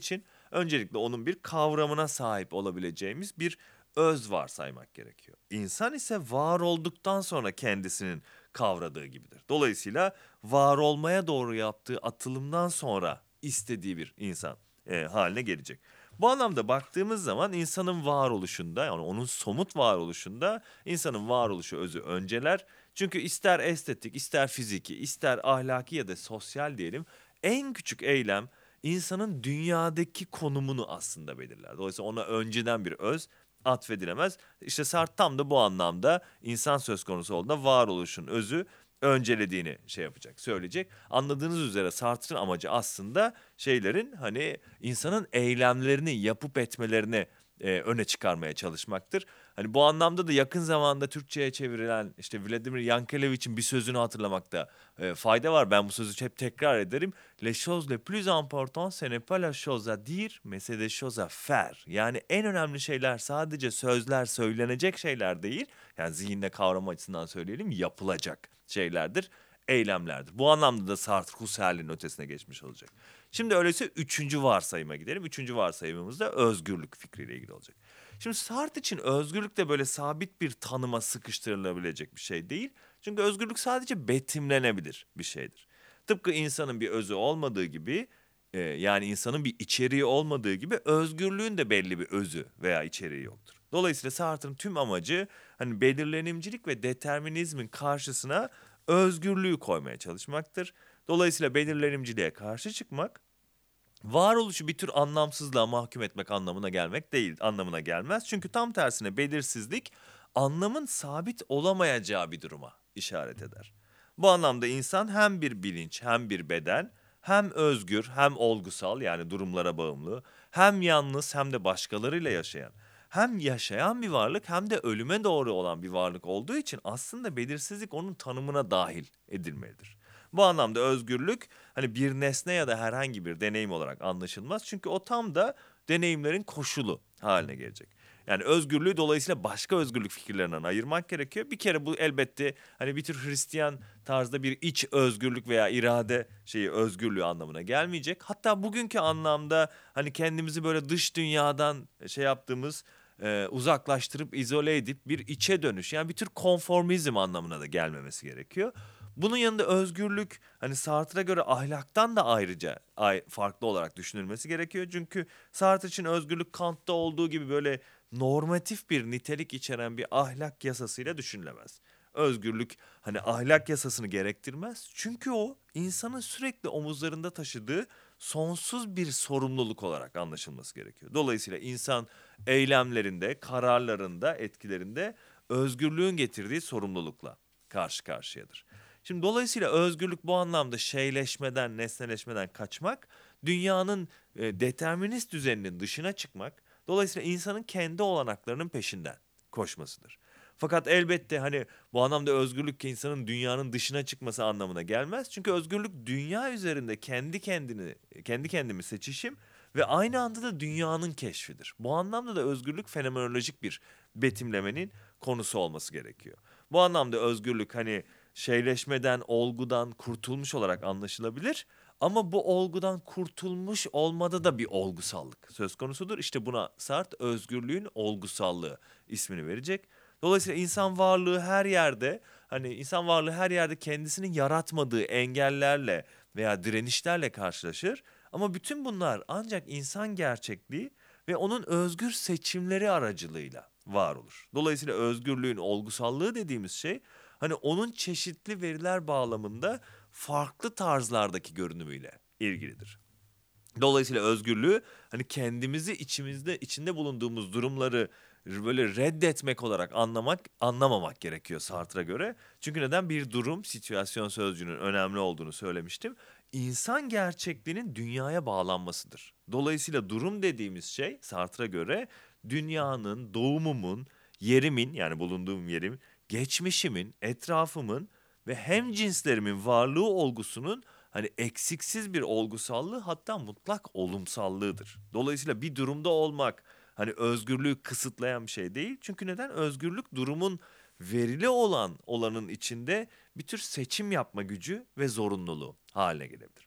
öncelikle onun bir kavramına sahip olabileceğimiz bir öz varsaymak gerekiyor. İnsan ise var olduktan sonra kendisinin kavradığı gibidir. Dolayısıyla var olmaya doğru yaptığı atılımdan sonra istediği bir insan e, haline gelecek. Bu anlamda baktığımız zaman insanın varoluşunda, yani onun somut varoluşunda insanın varoluşu özü önceler. Çünkü ister estetik, ister fiziki, ister ahlaki ya da sosyal diyelim, en küçük eylem insanın dünyadaki konumunu aslında belirler. Dolayısıyla ona önceden bir öz atfedilemez. İşte Sartre tam da bu anlamda insan söz konusu olduğunda varoluşun özü öncelediğini şey yapacak, söyleyecek. Anladığınız üzere Sartre'ın amacı aslında şeylerin hani insanın eylemlerini yapıp etmelerini e, öne çıkarmaya çalışmaktır. Hani bu anlamda da yakın zamanda Türkçe'ye çevrilen işte Vladimir Yankelevic'in bir sözünü hatırlamakta e, fayda var. Ben bu sözü hep tekrar ederim. Les choses les plus importantes, ce n'est pas la chose à dire, mais c'est des choses à faire. Yani en önemli şeyler sadece sözler, söylenecek şeyler değil. Yani zihinde kavrama açısından söyleyelim, yapılacak şeylerdir, eylemlerdir. Bu anlamda da Sartre Husserl'in ötesine geçmiş olacak. Şimdi öyleyse üçüncü varsayıma gidelim. Üçüncü varsayımımız da özgürlük fikriyle ilgili olacak. Şimdi Sartre için özgürlük de böyle sabit bir tanıma sıkıştırılabilecek bir şey değil. Çünkü özgürlük sadece betimlenebilir bir şeydir. Tıpkı insanın bir özü olmadığı gibi, e, yani insanın bir içeriği olmadığı gibi özgürlüğün de belli bir özü veya içeriği yoktur. Dolayısıyla Sartre'ın tüm amacı hani belirlenimcilik ve determinizmin karşısına özgürlüğü koymaya çalışmaktır. Dolayısıyla belirlenimciliğe karşı çıkmak, varoluşu bir tür anlamsızlığa mahkum etmek anlamına gelmek değil, anlamına gelmez. Çünkü tam tersine belirsizlik anlamın sabit olamayacağı bir duruma işaret eder. Bu anlamda insan hem bir bilinç, hem bir beden, hem özgür, hem olgusal yani durumlara bağımlı, hem yalnız hem de başkalarıyla yaşayan, hem yaşayan bir varlık hem de ölüme doğru olan bir varlık olduğu için aslında belirsizlik onun tanımına dahil edilmelidir. Bu anlamda özgürlük hani bir nesne ya da herhangi bir deneyim olarak anlaşılmaz. Çünkü o tam da deneyimlerin koşulu haline gelecek. Yani özgürlüğü dolayısıyla başka özgürlük fikirlerinden ayırmak gerekiyor. Bir kere bu elbette hani bir tür Hristiyan tarzda bir iç özgürlük veya irade şeyi özgürlüğü anlamına gelmeyecek. Hatta bugünkü anlamda hani kendimizi böyle dış dünyadan şey yaptığımız, e, uzaklaştırıp izole edip bir içe dönüş, yani bir tür konformizm anlamına da gelmemesi gerekiyor. Bunun yanında özgürlük hani Sartre'a göre ahlaktan da ayrıca ay, farklı olarak düşünülmesi gerekiyor. Çünkü Sartre için özgürlük Kant'ta olduğu gibi böyle normatif bir nitelik içeren bir ahlak yasasıyla düşünülemez. Özgürlük hani ahlak yasasını gerektirmez. Çünkü o insanın sürekli omuzlarında taşıdığı sonsuz bir sorumluluk olarak anlaşılması gerekiyor. Dolayısıyla insan eylemlerinde, kararlarında, etkilerinde özgürlüğün getirdiği sorumlulukla karşı karşıyadır. Şimdi dolayısıyla özgürlük bu anlamda şeyleşmeden, nesneleşmeden kaçmak, dünyanın e, determinist düzeninin dışına çıkmak, dolayısıyla insanın kendi olanaklarının peşinden koşmasıdır. Fakat elbette hani bu anlamda özgürlük ki insanın dünyanın dışına çıkması anlamına gelmez. Çünkü özgürlük dünya üzerinde kendi kendini, kendi kendimi seçişim ve aynı anda da dünyanın keşfidir. Bu anlamda da özgürlük fenomenolojik bir betimlemenin konusu olması gerekiyor. Bu anlamda özgürlük hani şeyleşmeden, olgudan kurtulmuş olarak anlaşılabilir. Ama bu olgudan kurtulmuş olmada da bir olgusallık söz konusudur. İşte buna Sartre özgürlüğün olgusallığı ismini verecek. Dolayısıyla insan varlığı her yerde, hani insan varlığı her yerde kendisinin yaratmadığı engellerle veya direnişlerle karşılaşır. Ama bütün bunlar ancak insan gerçekliği ve onun özgür seçimleri aracılığıyla var olur. Dolayısıyla özgürlüğün olgusallığı dediğimiz şey hani onun çeşitli veriler bağlamında farklı tarzlardaki görünümüyle ilgilidir. Dolayısıyla özgürlüğü hani kendimizi içimizde içinde bulunduğumuz durumları böyle reddetmek olarak anlamak, anlamamak gerekiyor Sartre'a göre. Çünkü neden? Bir durum, situasyon sözcüğünün önemli olduğunu söylemiştim. İnsan gerçekliğinin dünyaya bağlanmasıdır. Dolayısıyla durum dediğimiz şey Sartre'a göre dünyanın, doğumumun, yerimin yani bulunduğum yerim, geçmişimin, etrafımın ve hem cinslerimin varlığı olgusunun hani eksiksiz bir olgusallığı, hatta mutlak olumsallığıdır. Dolayısıyla bir durumda olmak hani özgürlüğü kısıtlayan bir şey değil. Çünkü neden? Özgürlük durumun verili olan olanın içinde bir tür seçim yapma gücü ve zorunluluğu haline gelebilir.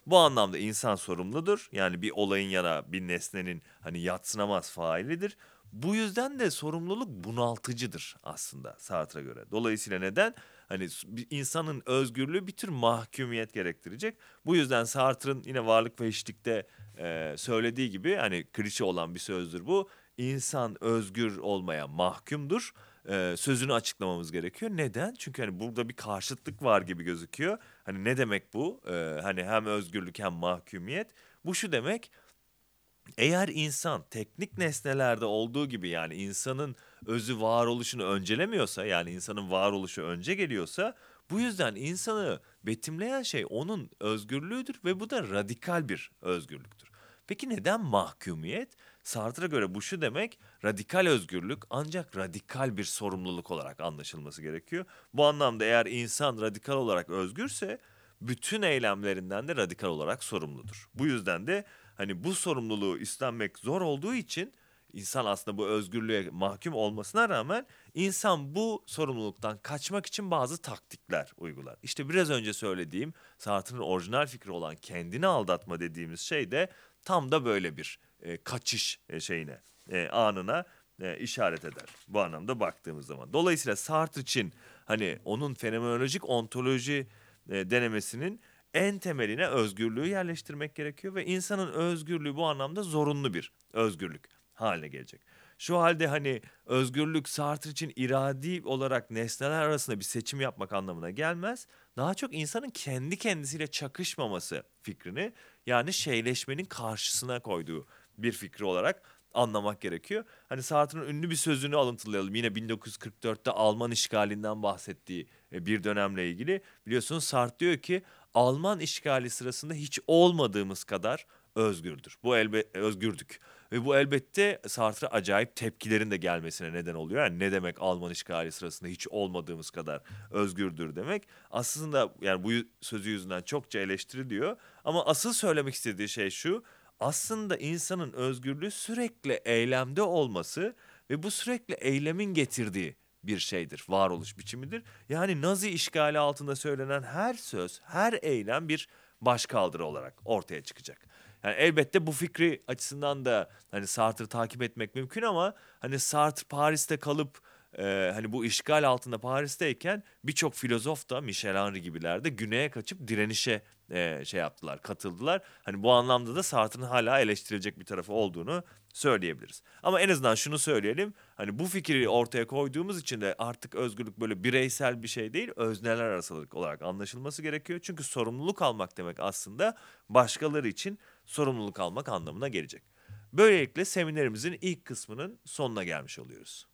Bu anlamda insan sorumludur. Yani bir olayın ya da bir nesnenin hani yadsınamaz failidir. Bu yüzden de sorumluluk bunaltıcıdır aslında Sartre'a göre. Dolayısıyla neden? Hani s- bir insanın özgürlüğü bir tür mahkumiyet gerektirecek. Bu yüzden Sartre'ın yine Varlık ve Hiçlik'te e, söylediği gibi, hani klişe olan bir sözdür bu. İnsan özgür olmaya mahkumdur. E, sözünü açıklamamız gerekiyor. Neden? Çünkü hani burada bir karşıtlık var gibi gözüküyor. Hani ne demek bu? E, hani hem özgürlük hem mahkumiyet. Bu şu demek: eğer insan teknik nesnelerde olduğu gibi, yani insanın özü varoluşunu öncelemiyorsa, yani insanın varoluşu önce geliyorsa, bu yüzden insanı betimleyen şey onun özgürlüğüdür ve bu da radikal bir özgürlüktür. Peki neden mahkumiyet? Sartre'a göre bu şu demek: radikal özgürlük ancak radikal bir sorumluluk olarak anlaşılması gerekiyor. Bu anlamda eğer insan radikal olarak özgürse bütün eylemlerinden de radikal olarak sorumludur. Bu yüzden de hani bu sorumluluğu üstlenmek zor olduğu için insan aslında bu özgürlüğe mahkum olmasına rağmen insan bu sorumluluktan kaçmak için bazı taktikler uygular. İşte biraz önce söylediğim Sartre'ın orijinal fikri olan kendini aldatma dediğimiz şey de tam da böyle bir e, kaçış e, şeyine, e, anına e, işaret eder. Bu anlamda baktığımız zaman. Dolayısıyla Sartre için hani onun fenomenolojik ontoloji e, denemesinin en temeline özgürlüğü yerleştirmek gerekiyor ve insanın özgürlüğü bu anlamda zorunlu bir özgürlük haline gelecek. Şu halde hani özgürlük Sartre için iradi olarak nesneler arasında bir seçim yapmak anlamına gelmez. Daha çok insanın kendi kendisiyle çakışmaması fikrini, yani şeyleşmenin karşısına koyduğu bir fikri olarak anlamak gerekiyor. Hani Sartre'ın ünlü bir sözünü alıntılayalım. Yine bin dokuz yüz kırk dörtte Alman işgalinden bahsettiği e, bir dönemle ilgili. Biliyorsunuz Sartre diyor ki Alman işgali sırasında hiç olmadığımız kadar özgürdür. Bu elbe özgürdük. Ve bu elbette Sartre acayip tepkilerin de gelmesine neden oluyor. Yani ne demek Alman işgali sırasında hiç olmadığımız kadar özgürdür demek? Aslında yani bu sözü yüzünden çokça eleştiriliyor. Ama asıl söylemek istediği şey şu: aslında insanın özgürlüğü sürekli eylemde olması ve bu sürekli eylemin getirdiği bir şeydir, varoluş biçimidir. Yani Nazi işgali altında söylenen her söz, her eylem bir başkaldırı olarak ortaya çıkacak. Yani elbette bu fikri açısından da hani Sartre'ı takip etmek mümkün ama hani Sartre Paris'te kalıp e, hani bu işgal altında Paris'teyken birçok filozof da Michel Henry gibiler de güneye kaçıp direnişe e, şey yaptılar, katıldılar. Hani bu anlamda da Sartre'ın hala eleştirilecek bir tarafı olduğunu söyleyebiliriz. Ama en azından şunu söyleyelim: hani bu fikri ortaya koyduğumuz için de artık özgürlük böyle bireysel bir şey değil, özneler arasılık olarak anlaşılması gerekiyor. Çünkü sorumluluk almak demek aslında başkaları için sorumluluk almak anlamına gelecek. Böylelikle seminerimizin ilk kısmının sonuna gelmiş oluyoruz.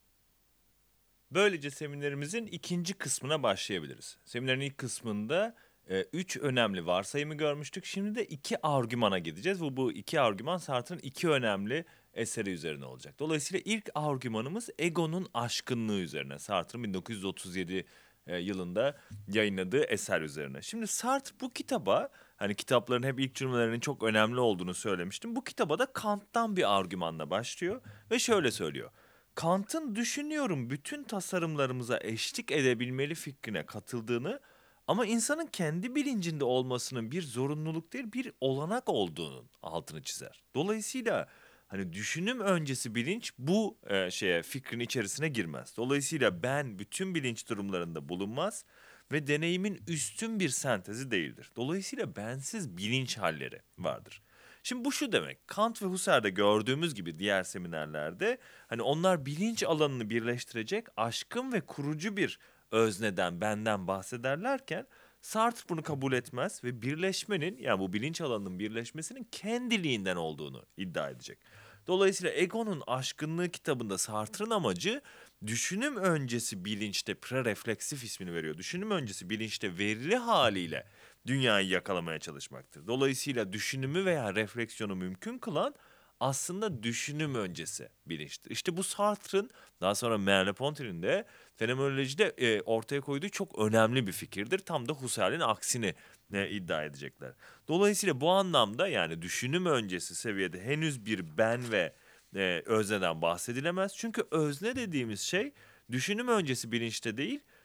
Böylece seminerimizin ikinci kısmına başlayabiliriz. Seminerin ilk kısmında e, üç önemli varsayımı görmüştük. Şimdi de iki argümana gideceğiz. Bu, bu iki argüman Sartre'ın iki önemli eseri üzerine olacak. Dolayısıyla ilk argümanımız egonun aşkınlığı üzerine. Sartre'ın bin dokuz yüz otuz yedi e, yılında yayınladığı eser üzerine. Şimdi Sartre bu kitaba, hani kitapların hep ilk cümlelerinin çok önemli olduğunu söylemiştim. Bu kitaba da Kant'tan bir argümanla başlıyor ve şöyle söylüyor: Kant'ın düşünüyorum bütün tasarımlarımıza eşlik edebilmeli fikrine katıldığını ama insanın kendi bilincinde olmasının bir zorunluluk değil, bir olanak olduğunun altını çizer. Dolayısıyla hani düşünüm öncesi bilinç bu e, şeye fikrin içerisine girmez. Dolayısıyla ben bütün bilinç durumlarında bulunmaz ve deneyimin üstün bir sentezi değildir. Dolayısıyla bensiz bilinç halleri vardır. Şimdi bu şu demek: Kant ve Husserl'de gördüğümüz gibi diğer seminerlerde hani onlar bilinç alanını birleştirecek aşkın ve kurucu bir özneden, benden bahsederlerken Sartre bunu kabul etmez ve birleşmenin, yani bu bilinç alanının birleşmesinin kendiliğinden olduğunu iddia edecek. Dolayısıyla Egon'un Aşkınlığı kitabında Sartre'ın amacı düşünüm öncesi bilinçte, prerefleksif ismini veriyor. Düşünüm öncesi bilinçte verili haliyle dünyayı yakalamaya çalışmaktır. Dolayısıyla düşünümü veya refleksiyonu mümkün kılan aslında düşünüm öncesi bilinçtir. İşte bu Sartre'ın, daha sonra Merleau-Ponty'nin de fenomenolojide e, ortaya koyduğu çok önemli bir fikirdir. Tam da Husserl'in aksini e, iddia edecekler. Dolayısıyla bu anlamda, yani düşünüm öncesi seviyede henüz bir ben ve e, özneden bahsedilemez. Çünkü özne dediğimiz şey düşünüm öncesi bilinçte değil,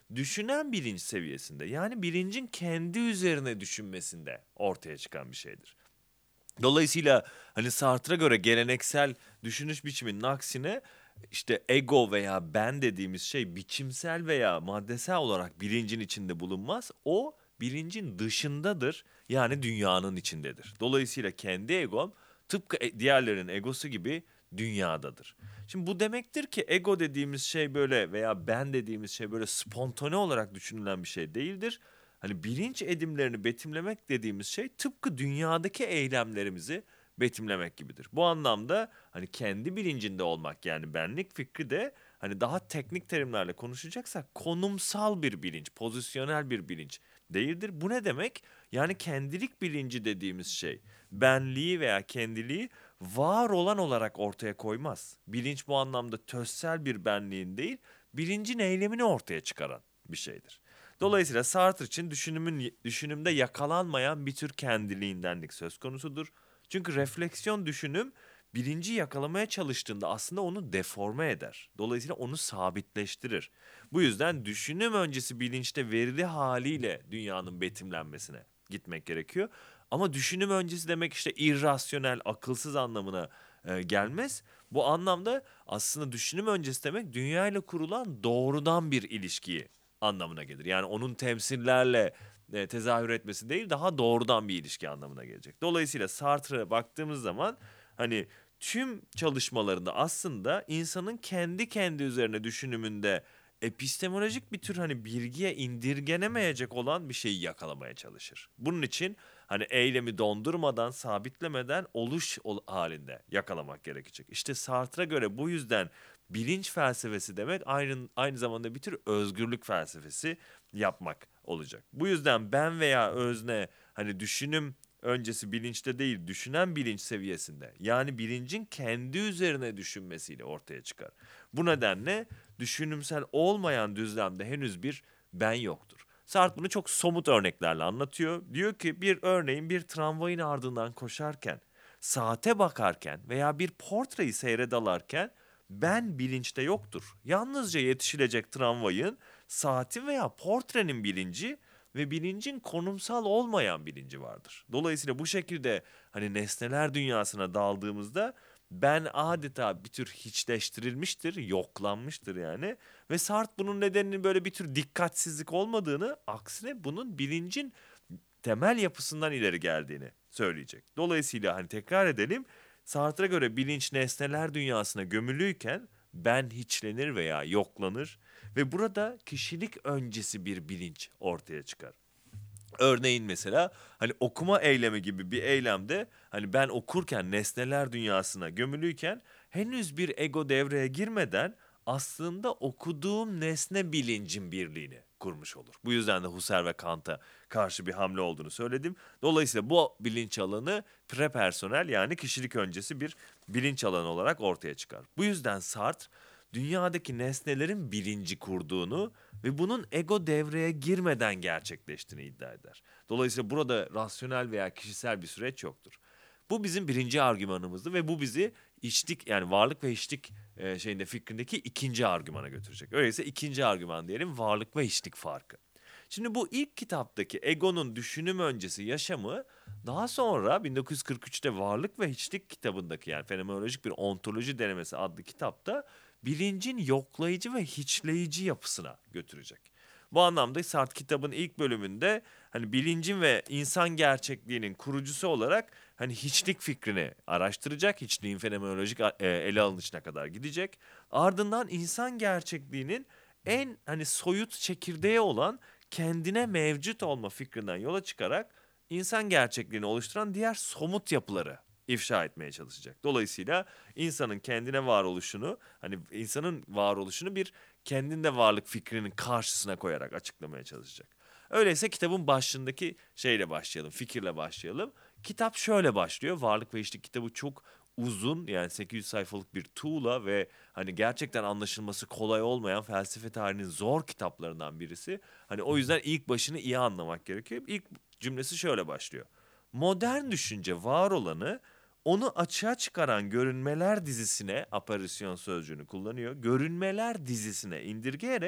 düşünen bilinç seviyesinde, yani bilincin kendi üzerine düşünmesinde ortaya çıkan bir şeydir. Dolayısıyla hani Sartre'a göre geleneksel düşünüş biçiminin aksine işte ego veya ben dediğimiz şey biçimsel veya maddesel olarak bilincin içinde bulunmaz. O bilincin dışındadır, yani dünyanın içindedir. Dolayısıyla kendi egom tıpkı e- diğerlerinin egosu gibi dünyadadır. Şimdi bu demektir ki ego dediğimiz şey böyle veya ben dediğimiz şey böyle spontane olarak düşünülen bir şey değildir. Hani bilinç edimlerini betimlemek dediğimiz şey tıpkı dünyadaki eylemlerimizi betimlemek gibidir. Bu anlamda hani kendi bilincinde olmak, yani benlik fikri de hani daha teknik terimlerle konuşacaksak konumsal bir bilinç, pozisyonel bir bilinç değildir. Bu ne demek? Yani kendilik bilinci dediğimiz şey benliği veya kendiliği var olan olarak ortaya koymaz. Bilinç bu anlamda tözsel bir benliğin değil, bilincin eylemini ortaya çıkaran bir şeydir. Dolayısıyla Sartre için düşünümün düşünümde yakalanmayan bir tür kendiliğindenlik söz konusudur. Çünkü refleksiyon düşünüm bilinci yakalamaya çalıştığında aslında onu deforme eder. Dolayısıyla onu sabitleştirir. Bu yüzden düşünüm öncesi bilinçte verili haliyle dünyanın betimlenmesine gitmek gerekiyor. Ama düşünüm öncesi demek işte irrasyonel, akılsız anlamına e, gelmez. Bu anlamda aslında düşünüm öncesi demek dünyayla kurulan doğrudan bir ilişkiyi anlamına gelir. Yani onun temsillerle e, tezahür etmesi değil, daha doğrudan bir ilişki anlamına gelecek. Dolayısıyla Sartre'a baktığımız zaman hani tüm çalışmalarında aslında insanın kendi kendi üzerine düşünümünde epistemolojik bir tür hani bilgiye indirgenemeyecek olan bir şeyi yakalamaya çalışır. Bunun için hani eylemi dondurmadan, sabitlemeden oluş ol- halinde yakalamak gerekecek. İşte Sartre'a göre bu yüzden bilinç felsefesi demek aynı aynı zamanda bir tür özgürlük felsefesi yapmak olacak. Bu yüzden ben veya özne hani düşünüm öncesi bilinçte değil, düşünen bilinç seviyesinde, yani bilincin kendi üzerine düşünmesiyle ortaya çıkar. Bu nedenle düşünümsel olmayan düzlemde henüz bir ben yoktur. Sartre bunu çok somut örneklerle anlatıyor. Diyor ki bir örneğin bir tramvayın ardından koşarken, saate bakarken veya bir portreyi seyredalarken ben bilinçte yoktur. Yalnızca yetişilecek tramvayın, saatin veya portrenin bilinci ve bilincin konumsal olmayan bilinci vardır. Dolayısıyla bu şekilde hani nesneler dünyasına daldığımızda ben adeta bir tür hiçleştirilmiştir, yoklanmıştır yani. Ve Sartre bunun nedeninin böyle bir tür dikkatsizlik olmadığını, aksine bunun bilincin temel yapısından ileri geldiğini söyleyecek. Dolayısıyla hani tekrar edelim, Sartre'a göre bilinç nesneler dünyasına gömülüyken ben hiçlenir veya yoklanır ve burada kişilik öncesi bir bilinç ortaya çıkar. Örneğin mesela hani okuma eylemi gibi bir eylemde hani ben okurken nesneler dünyasına gömülüyken henüz bir ego devreye girmeden aslında okuduğum nesne bilincin birliğini kurmuş olur. Bu yüzden de Husserl ve Kant'a karşı bir hamle olduğunu söyledim. Dolayısıyla bu bilinç alanı prepersonel, yani kişilik öncesi bir bilinç alanı olarak ortaya çıkar. Bu yüzden Sartre dünyadaki nesnelerin bilinci kurduğunu ve bunun ego devreye girmeden gerçekleştiğini iddia eder. Dolayısıyla burada rasyonel veya kişisel bir süreç yoktur. Bu bizim birinci argümanımızdı ve bu bizi içlik, yani varlık ve hiçlik e, şeyinde fikrindeki ikinci argümana götürecek. Öyleyse ikinci argüman diyelim, varlık ve hiçlik farkı. Şimdi bu ilk kitaptaki egonun düşünüm öncesi yaşamı daha sonra bin dokuz yüz kırk üçte Varlık ve Hiçlik kitabındaki, yani fenomenolojik bir ontoloji denemesi adlı kitapta bilincin yoklayıcı ve hiçleyici yapısına götürecek. Bu anlamda Sartre kitabın ilk bölümünde hani bilincin ve insan gerçekliğinin kurucusu olarak hani hiçlik fikrini araştıracak, hiçliğin fenomenolojik e, ele alınışına kadar gidecek. Ardından insan gerçekliğinin en hani soyut çekirdeği olan kendine mevcut olma fikrinden yola çıkarak insan gerçekliğini oluşturan diğer somut yapıları ifşa etmeye çalışacak. Dolayısıyla insanın kendine varoluşunu, hani insanın varoluşunu bir kendinde varlık fikrinin karşısına koyarak açıklamaya çalışacak. Öyleyse kitabın başlığındaki şeyle başlayalım, fikirle başlayalım. Kitap şöyle başlıyor. Varlık ve İşlik kitabı çok uzun, yani sekiz yüz sayfalık bir tuğla ve hani gerçekten anlaşılması kolay olmayan felsefe tarihinin zor kitaplarından birisi. Hani o yüzden ilk başını iyi anlamak gerekiyor. İlk cümlesi şöyle başlıyor. Modern düşünce var olanı onu açığa çıkaran görünmeler dizisine, aparisyon sözcüğünü kullanıyor, görünmeler dizisine indirgeyerek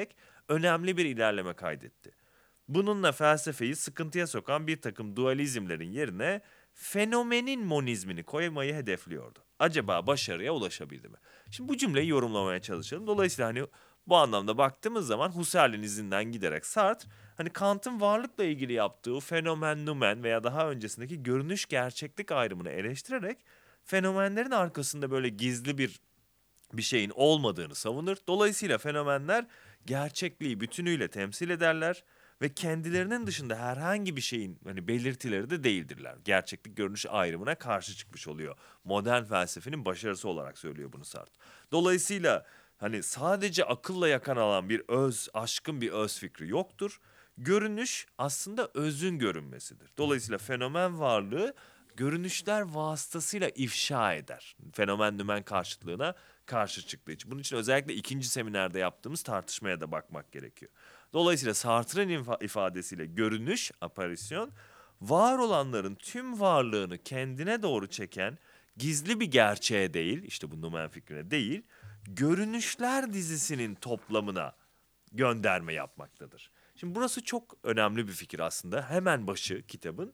önemli bir ilerleme kaydetti. Bununla felsefeyi sıkıntıya sokan bir takım dualizmlerin yerine fenomenin monizmini koymayı hedefliyordu. Acaba başarıya ulaşabildi mi? Şimdi bu cümleyi yorumlamaya çalışalım. Dolayısıyla hani bu anlamda baktığımız zaman Husserl'in izinden giderek Sartre hani Kant'ın varlıkla ilgili yaptığı fenomen numen veya daha öncesindeki görünüş gerçeklik ayrımını eleştirerek fenomenlerin arkasında böyle gizli bir bir şeyin olmadığını savunur. Dolayısıyla fenomenler gerçekliği bütünüyle temsil ederler ve kendilerinin dışında herhangi bir şeyin hani belirtileri de değildirler. Gerçeklik görünüş ayrımına karşı çıkmış oluyor. Modern felsefenin başarısı olarak söylüyor bunu Sartre. Dolayısıyla hani sadece akılla yakan alan bir öz, aşkın bir öz fikri yoktur. Görünüş aslında özün görünmesidir. Dolayısıyla fenomen varlığı görünüşler vasıtasıyla ifşa eder. Fenomen nümen karşıtlığına karşı çıktığı için. Bunun için özellikle ikinci seminerde yaptığımız tartışmaya da bakmak gerekiyor. Dolayısıyla Sartre'ın ifa- ifadesiyle görünüş, aparisyon, var olanların tüm varlığını kendine doğru çeken gizli bir gerçeğe değil, işte bu numen fikrine değil, görünüşler dizisinin toplamına gönderme yapmaktadır. Şimdi burası çok önemli bir fikir aslında. Hemen başı kitabın.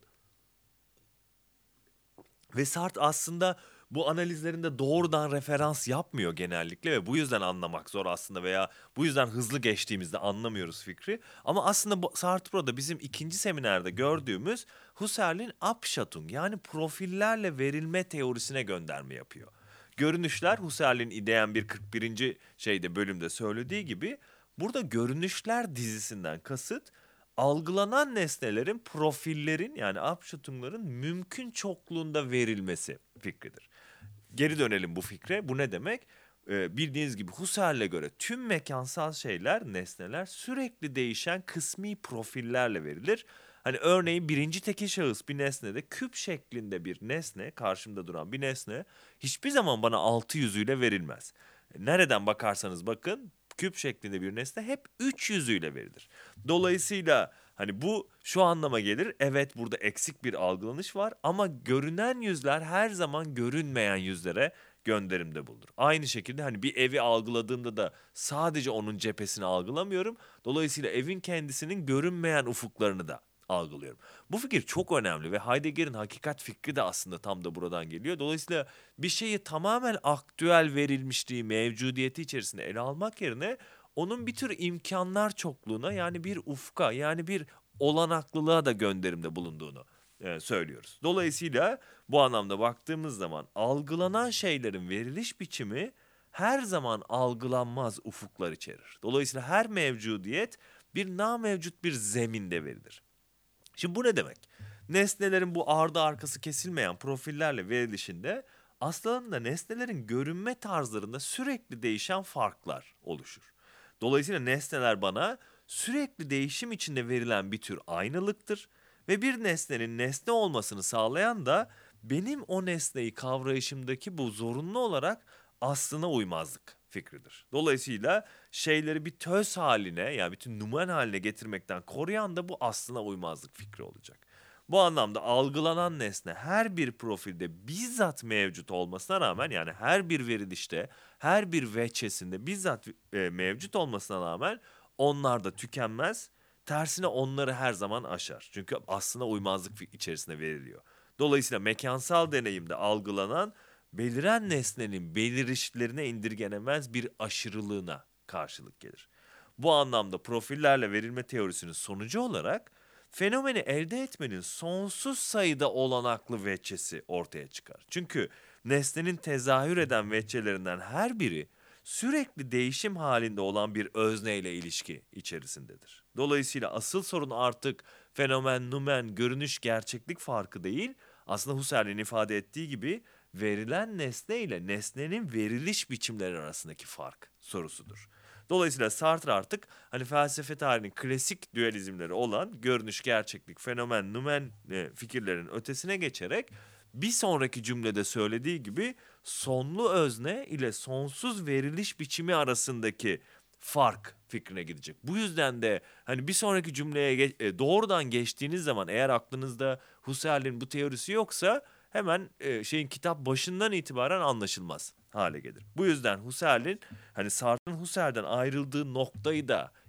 Ve Sartre aslında bu analizlerinde doğrudan referans yapmıyor genellikle ve bu yüzden anlamak zor aslında veya bu yüzden hızlı geçtiğimizde anlamıyoruz fikri. Ama aslında bu, Sartre burada bizim ikinci seminerde gördüğümüz Husserl'in Abschattung yani profillerle verilme teorisine gönderme yapıyor. Görünüşler Husserl'in İdeyen bir kırk birinci şeyde bölümde söylediği gibi burada görünüşler dizisinden kasıt algılanan nesnelerin profillerin yani Abschattung'ların mümkün çokluğunda verilmesi fikridir. Geri dönelim bu fikre. Bu ne demek? Ee, bildiğiniz gibi Husserl'e göre tüm mekansal şeyler, nesneler sürekli değişen kısmi profillerle verilir. Hani örneğin birinci tekil şahıs bir nesnede küp şeklinde bir nesne, karşımda duran bir nesne hiçbir zaman bana altı yüzüyle verilmez. Nereden bakarsanız bakın küp şeklinde bir nesne hep üç yüzüyle verilir. Dolayısıyla hani bu şu anlama gelir. Evet burada eksik bir algılanış var ama görünen yüzler her zaman görünmeyen yüzlere gönderimde bulunur. Aynı şekilde hani bir evi algıladığımda da sadece onun cephesini algılamıyorum. Dolayısıyla evin kendisinin görünmeyen ufuklarını da algılıyorum. Bu fikir çok önemli ve Heidegger'in hakikat fikri de aslında tam da buradan geliyor. Dolayısıyla bir şeyi tamamen aktüel verilmişliği, mevcudiyeti içerisinde ele almak yerine onun bir tür imkanlar çokluğuna yani bir ufka yani bir olanaklılığa da gönderimde bulunduğunu e, söylüyoruz. Dolayısıyla bu anlamda baktığımız zaman algılanan şeylerin veriliş biçimi her zaman algılanmaz ufuklar içerir. Dolayısıyla her mevcudiyet bir namevcut bir zeminde verilir. Şimdi bu ne demek? Nesnelerin bu ardı arkası kesilmeyen profillerle verilişinde aslında nesnelerin görünme tarzlarında sürekli değişen farklar oluşur. Dolayısıyla nesneler bana sürekli değişim içinde verilen bir tür aynılıktır ve bir nesnenin nesne olmasını sağlayan da benim o nesneyi kavrayışımdaki bu zorunlu olarak aslına uymazlık fikridir. Dolayısıyla şeyleri bir töz haline yani bütün numen haline getirmekten koruyan da bu aslına uymazlık fikri olacak. Bu anlamda algılanan nesne her bir profilde bizzat mevcut olmasına rağmen yani her bir verilişte, her bir veçesinde bizzat e, mevcut olmasına rağmen onlar da tükenmez. Tersine onları her zaman aşar. Çünkü aslına uymazlık içerisinde veriliyor. Dolayısıyla mekansal deneyimde algılanan beliren nesnenin belirişlerine indirgenemez bir aşırılığına karşılık gelir. Bu anlamda profillerle verilme teorisinin sonucu olarak fenomeni elde etmenin sonsuz sayıda olanaklı veçesi ortaya çıkar. Çünkü nesnenin tezahür eden veçelerinden her biri sürekli değişim halinde olan bir özneyle ilişki içerisindedir. Dolayısıyla asıl sorun artık fenomen, numen, görünüş, gerçeklik farkı değil, aslında Husserl'in ifade ettiği gibi verilen nesne ile nesnenin veriliş biçimleri arasındaki fark sorusudur. Dolayısıyla Sartre artık hani felsefe tarihinin klasik dualizmleri olan görünüş, gerçeklik, fenomen, numen e, fikirlerin ötesine geçerek bir sonraki cümlede söylediği gibi sonlu özne ile sonsuz veriliş biçimi arasındaki fark fikrine gidecek. Bu yüzden de hani bir sonraki cümleye ge- e, doğrudan geçtiğiniz zaman eğer aklınızda Husserl'in bu teorisi yoksa hemen e, şeyin kitap başından itibaren anlaşılmaz hale gelir. Bu yüzden Husserl'in hani Sartre'ın Husserl'den ayrıldığı noktayı da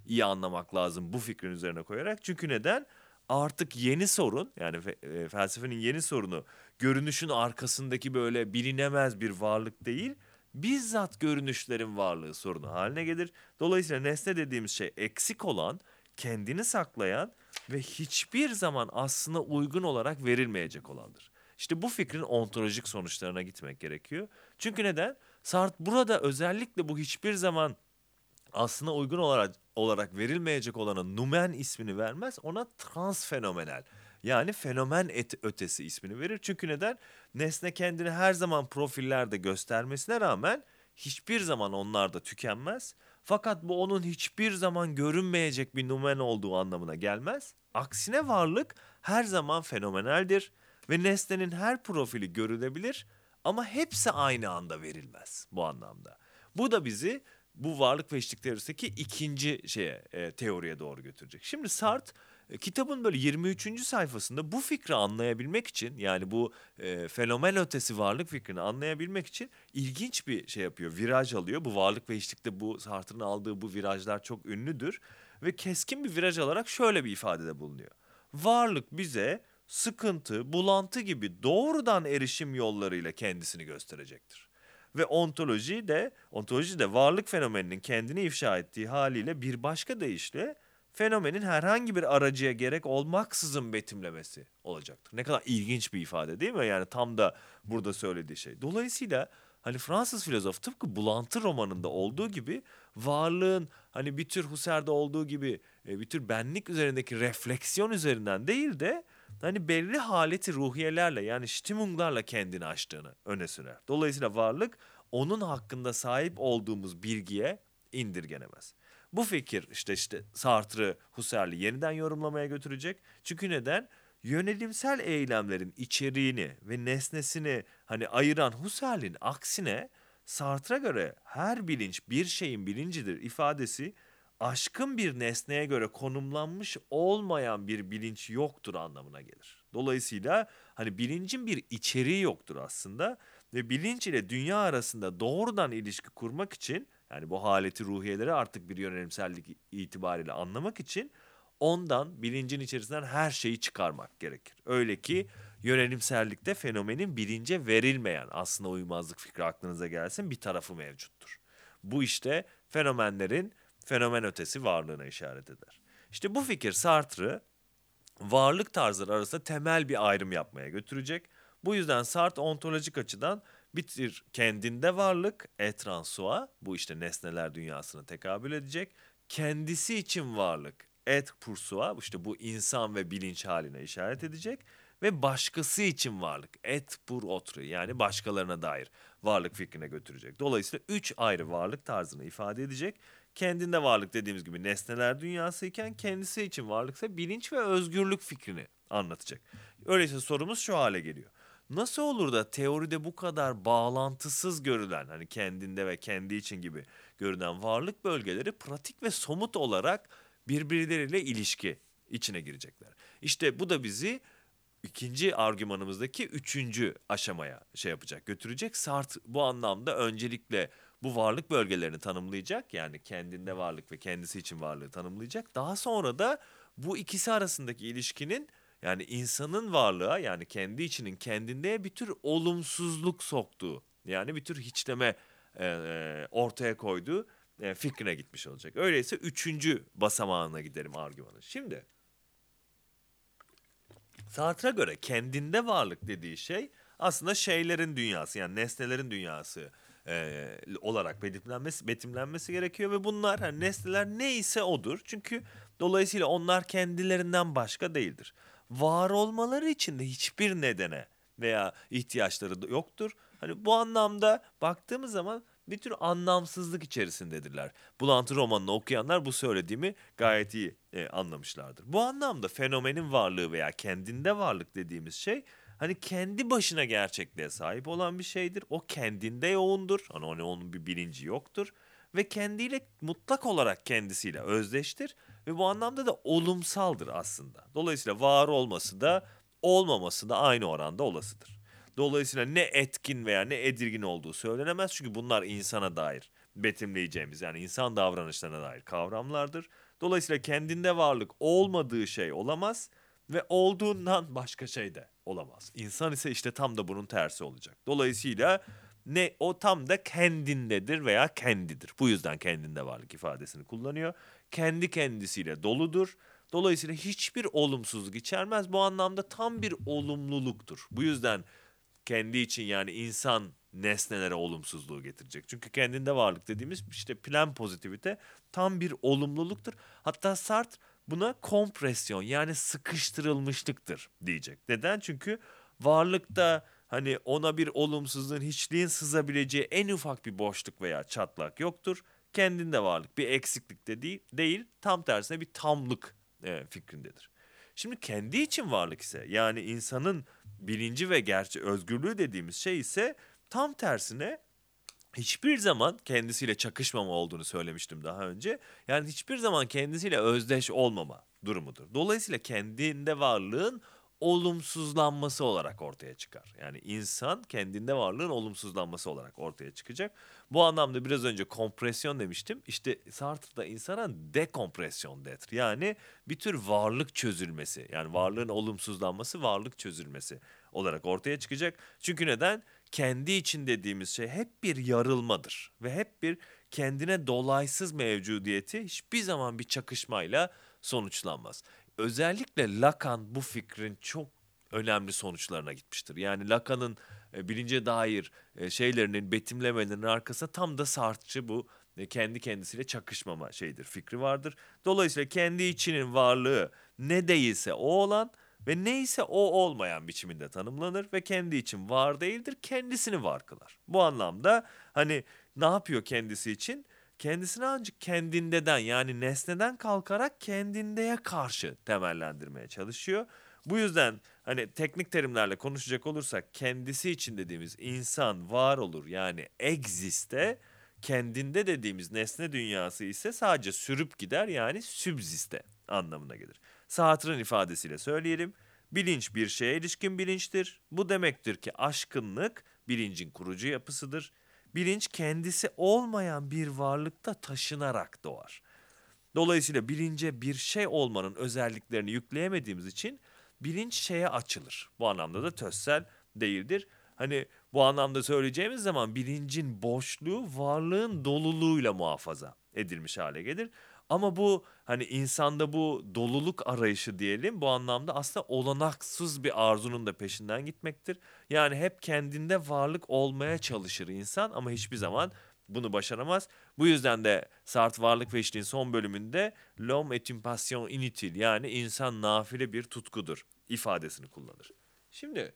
iyi anlamak lazım bu fikrin üzerine koyarak. Çünkü neden? Artık yeni sorun, yani fe- e, felsefenin yeni sorunu görünüşün arkasındaki böyle bilinemez bir varlık değil, bizzat görünüşlerin varlığı sorunu haline gelir. Dolayısıyla nesne dediğimiz şey eksik olan, kendini saklayan ve hiçbir zaman aslına uygun olarak verilmeyecek olandır. İşte bu fikrin ontolojik sonuçlarına gitmek gerekiyor. Çünkü neden? Sartre burada özellikle bu hiçbir zaman aslına uygun olarak olarak verilmeyecek olana numen ismini vermez. Ona transfenomenal, yani fenomen et ötesi ismini verir. Çünkü neden? Nesne kendini her zaman profillerde göstermesine rağmen hiçbir zaman onlar da tükenmez. Fakat bu onun hiçbir zaman görünmeyecek bir numen olduğu anlamına gelmez. Aksine varlık her zaman fenomenaldir ve nesnenin her profili görülebilir ama hepsi aynı anda verilmez bu anlamda. Bu da bizi bu varlık ve eşlik teorisindeki ikinci şeye, e, teoriye doğru götürecek. Şimdi Sartre e, kitabın böyle yirmi üçüncü sayfasında bu fikri anlayabilmek için, yani bu e, fenomen ötesi varlık fikrini anlayabilmek için ilginç bir şey yapıyor, viraj alıyor. Bu varlık ve eşlikte bu Sartre'ın aldığı bu virajlar çok ünlüdür ve keskin bir viraj alarak şöyle bir ifadede bulunuyor. Varlık bize sıkıntı, bulantı gibi doğrudan erişim yollarıyla kendisini gösterecektir. Ve ontoloji de, ontoloji de varlık fenomeninin kendini ifşa ettiği haliyle bir başka deyişle fenomenin herhangi bir aracıya gerek olmaksızın betimlemesi olacaktır. Ne kadar ilginç bir ifade değil mi? Yani tam da burada söylediği şey. Dolayısıyla hani Fransız filozof tıpkı Bulantı romanında olduğu gibi varlığın hani bir tür Husserl'de olduğu gibi e, bir tür benlik üzerindeki refleksiyon üzerinden değil de hani belli haleti ruhiyelerle, yani stimunglarla kendini açtığını öne sürer. Dolayısıyla varlık onun hakkında sahip olduğumuz bilgiye indirgenemez. Bu fikir işte işte Sartre'ı, Husserl'i yeniden yorumlamaya götürecek. Çünkü neden? Yönelimsel eylemlerin içeriğini ve nesnesini hani ayıran Husserl'in aksine Sartre'a göre her bilinç bir şeyin bilincidir ifadesi aşkın bir nesneye göre konumlanmış olmayan bir bilinç yoktur anlamına gelir. Dolayısıyla hani bilincin bir içeriği yoktur aslında ve bilinç ile dünya arasında doğrudan ilişki kurmak için, yani bu haleti ruhiyeleri artık bir yönelimsellik itibariyle anlamak için ondan, bilincin içerisinden her şeyi çıkarmak gerekir. Öyle ki yönelimsellikte fenomenin bilince verilmeyen aslına uymazlık fikri aklınıza gelsin bir tarafı mevcuttur. Bu işte fenomenlerin fenomen ötesi varlığına işaret eder. İşte bu fikir Sartre'ı varlık tarzları arasında temel bir ayrım yapmaya götürecek. Bu yüzden Sartre ontolojik açıdan bir tür kendinde varlık, etran soi, bu işte nesneler dünyasına tekabül edecek. Kendisi için varlık, et pour soi, işte bu insan ve bilinç haline işaret edecek. Ve başkası için varlık, et pour autrui, yani başkalarına dair varlık fikrine götürecek. Dolayısıyla üç ayrı varlık tarzını ifade edecek. Kendinde varlık dediğimiz gibi nesneler dünyası iken kendisi için varlıksa bilinç ve özgürlük fikrini anlatacak. Öyleyse sorumuz şu hale geliyor. Nasıl olur da teoride bu kadar bağlantısız görülen, hani kendinde ve kendi için gibi görünen varlık bölgeleri pratik ve somut olarak birbirleriyle ilişki içine girecekler? İşte bu da bizi ikinci argümanımızdaki üçüncü aşamaya şey yapacak, götürecek. Sartre bu anlamda öncelikle bu varlık bölgelerini tanımlayacak. Yani kendinde varlık ve kendisi için varlığı tanımlayacak. Daha sonra da bu ikisi arasındaki ilişkinin, yani insanın varlığa, yani kendi içinin kendinde bir tür olumsuzluk soktuğu, yani bir tür hiçleme e, e, ortaya koyduğu e, fikrine gitmiş olacak. Öyleyse üçüncü basamağına gidelim argümanın. Şimdi Sartre'a göre kendinde varlık dediği şey aslında şeylerin dünyası, yani nesnelerin dünyası e, olarak betimlenmesi, betimlenmesi gerekiyor ve bunlar, hani nesneler neyse odur. Çünkü dolayısıyla onlar kendilerinden başka değildir. Var olmaları için de hiçbir nedene veya ihtiyaçları da yoktur. Hani bu anlamda baktığımız zaman bir tür anlamsızlık içerisindedirler. Bulantı romanını okuyanlar bu söylediğimi gayet iyi e, anlamışlardır. Bu anlamda fenomenin varlığı veya kendinde varlık dediğimiz şey hani kendi başına gerçekliğe sahip olan bir şeydir. O kendinde yoğundur. Hani onun onun bir bilinci yoktur ve kendiyle mutlak olarak kendisiyle özdeştir ve bu anlamda da olumsaldır aslında. Dolayısıyla var olması da olmaması da aynı oranda olasıdır. Dolayısıyla ne etkin veya ne edirgin olduğu söylenemez. Çünkü bunlar insana dair betimleyeceğimiz, yani insan davranışlarına dair kavramlardır. Dolayısıyla kendinde varlık olmadığı şey olamaz ve olduğundan başka şey de olamaz. İnsan ise işte tam da bunun tersi olacak. Dolayısıyla ne o tam da kendindedir veya kendidir. Bu yüzden kendinde varlık ifadesini kullanıyor. Kendi kendisiyle doludur. Dolayısıyla hiçbir olumsuzluk içermez. Bu anlamda tam bir olumluluktur. Bu yüzden kendi için yani insan nesnelere olumsuzluğu getirecek. Çünkü kendinde varlık dediğimiz işte plan pozitivite tam bir olumluluktur. Hatta Sartre buna kompresyon yani sıkıştırılmışlıktır diyecek. Neden? Çünkü varlıkta hani ona bir olumsuzluğun, hiçliğin sızabileceği en ufak bir boşluk veya çatlak yoktur. Kendinde varlık bir eksiklik de değil, değil tam tersine bir tamlık e, fikrindedir. Şimdi kendi için varlık ise yani insanın bilinci ve gerçi özgürlüğü dediğimiz şey ise tam tersine hiçbir zaman kendisiyle çakışmama olduğunu söylemiştim daha önce. Yani hiçbir zaman kendisiyle özdeş olmama durumudur. Dolayısıyla kendinde varlığın olumsuzlanması olarak ortaya çıkar. Yani insan kendinde varlığın olumsuzlanması olarak ortaya çıkacak. Bu anlamda biraz önce kompresyon demiştim. İşte Sartre'da insana dekompresyon denir. Yani bir tür varlık çözülmesi. Yani varlığın olumsuzlanması, varlık çözülmesi olarak ortaya çıkacak. Çünkü neden? Kendi için dediğimiz şey hep bir yarılmadır ve hep bir kendine dolaysız mevcudiyeti hiçbir zaman bir çakışmayla sonuçlanmaz. Özellikle Lacan bu fikrin çok önemli sonuçlarına gitmiştir. Yani Lacan'ın e, bilince dair e, şeylerinin, betimlemelerinin arkasında tam da Sartre'cı bu e, kendi kendisiyle çakışmama şeydir, fikri vardır. Dolayısıyla kendi içinin varlığı ne değilse o olan ve neyse o olmayan biçiminde tanımlanır ve kendi için var değildir, kendisini var kılar. Bu anlamda hani ne yapıyor kendisi için? Kendisini ancak kendindeden yani nesneden kalkarak kendindeye karşı temellendirmeye çalışıyor. Bu yüzden hani teknik terimlerle konuşacak olursak kendisi için dediğimiz insan var olur yani existe, kendinde dediğimiz nesne dünyası ise sadece sürüp gider yani subsiste anlamına gelir. Sartre'ın ifadesiyle söyleyelim. Bilinç bir şeye ilişkin bilinçtir. Bu demektir ki aşkınlık bilincin kurucu yapısıdır. Bilinç kendisi olmayan bir varlıkta taşınarak doğar. Dolayısıyla bilince bir şey olmanın özelliklerini yükleyemediğimiz için bilinç şeye açılır. Bu anlamda da tözsel değildir. Hani bu anlamda söyleyeceğimiz zaman bilincin boşluğu varlığın doluluğuyla muhafaza edilmiş hale gelir. Ama bu hani insanda bu doluluk arayışı diyelim bu anlamda aslında olanaksız bir arzunun da peşinden gitmektir. Yani hep kendinde varlık olmaya çalışır insan ama hiçbir zaman bunu başaramaz. Bu yüzden de Sartre Varlık ve İşliğin son bölümünde l'homme est une passion inutile yani insan nafile bir tutkudur ifadesini kullanır. Şimdi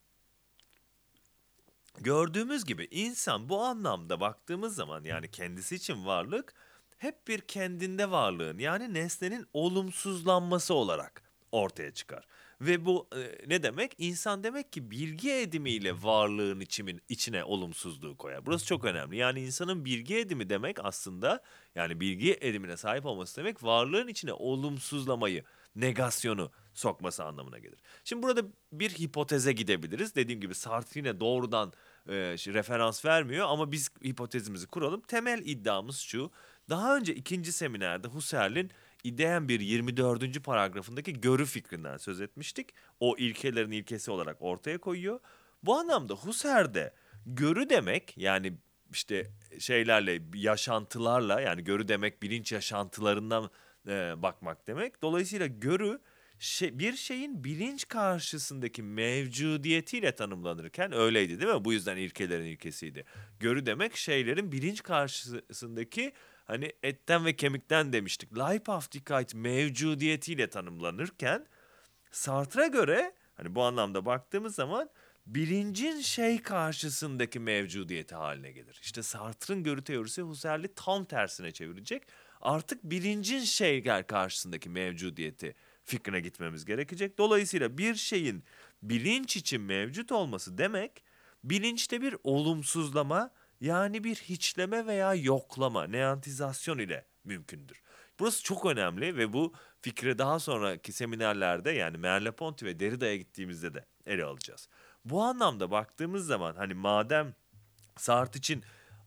gördüğümüz gibi insan bu anlamda baktığımız zaman yani kendisi için varlık hep bir kendinde varlığın yani nesnenin olumsuzlanması olarak ortaya çıkar. Ve bu e, ne demek? İnsan demek ki bilgi edimiyle varlığın içimin, içine olumsuzluğu koyar. Burası çok önemli. Yani insanın bilgi edimi demek aslında yani bilgi edimine sahip olması demek varlığın içine olumsuzlamayı, negasyonu sokması anlamına gelir. Şimdi burada bir hipoteze gidebiliriz. Dediğim gibi Sartre yine doğrudan e, şey, referans vermiyor ama biz hipotezimizi kuralım. Temel iddiamız şu. Daha önce ikinci seminerde Husserl'in İdeen bir yirmi dördüncü paragrafındaki görü fikrinden söz etmiştik. O ilkelerin ilkesi olarak ortaya koyuyor. Bu anlamda Husserl'de görü demek yani işte şeylerle yaşantılarla yani görü demek bilinç yaşantılarından e, bakmak demek. Dolayısıyla görü şey, bir şeyin bilinç karşısındaki mevcudiyetiyle tanımlanırken öyleydi değil mi? Bu yüzden ilkelerin ilkesiydi. Görü demek şeylerin bilinç karşısındaki hani etten ve kemikten demiştik. Leibhaftigkeit mevcudiyetiyle tanımlanırken Sartre'a göre hani bu anlamda baktığımız zaman bilincin şey karşısındaki mevcudiyeti haline gelir. İşte Sartre'ın görü teorisi Husserl'i tam tersine çevirecek. Artık bilincin şeyler karşısındaki mevcudiyeti fikrine gitmemiz gerekecek. Dolayısıyla bir şeyin bilinç için mevcut olması demek bilinçte bir olumsuzlama yani bir hiçleme veya yoklama, neantizasyon ile mümkündür. Burası çok önemli ve bu fikri daha sonraki seminerlerde yani Merleau-Ponty ve Derrida'ya gittiğimizde de ele alacağız. Bu anlamda baktığımız zaman hani madem Sartre için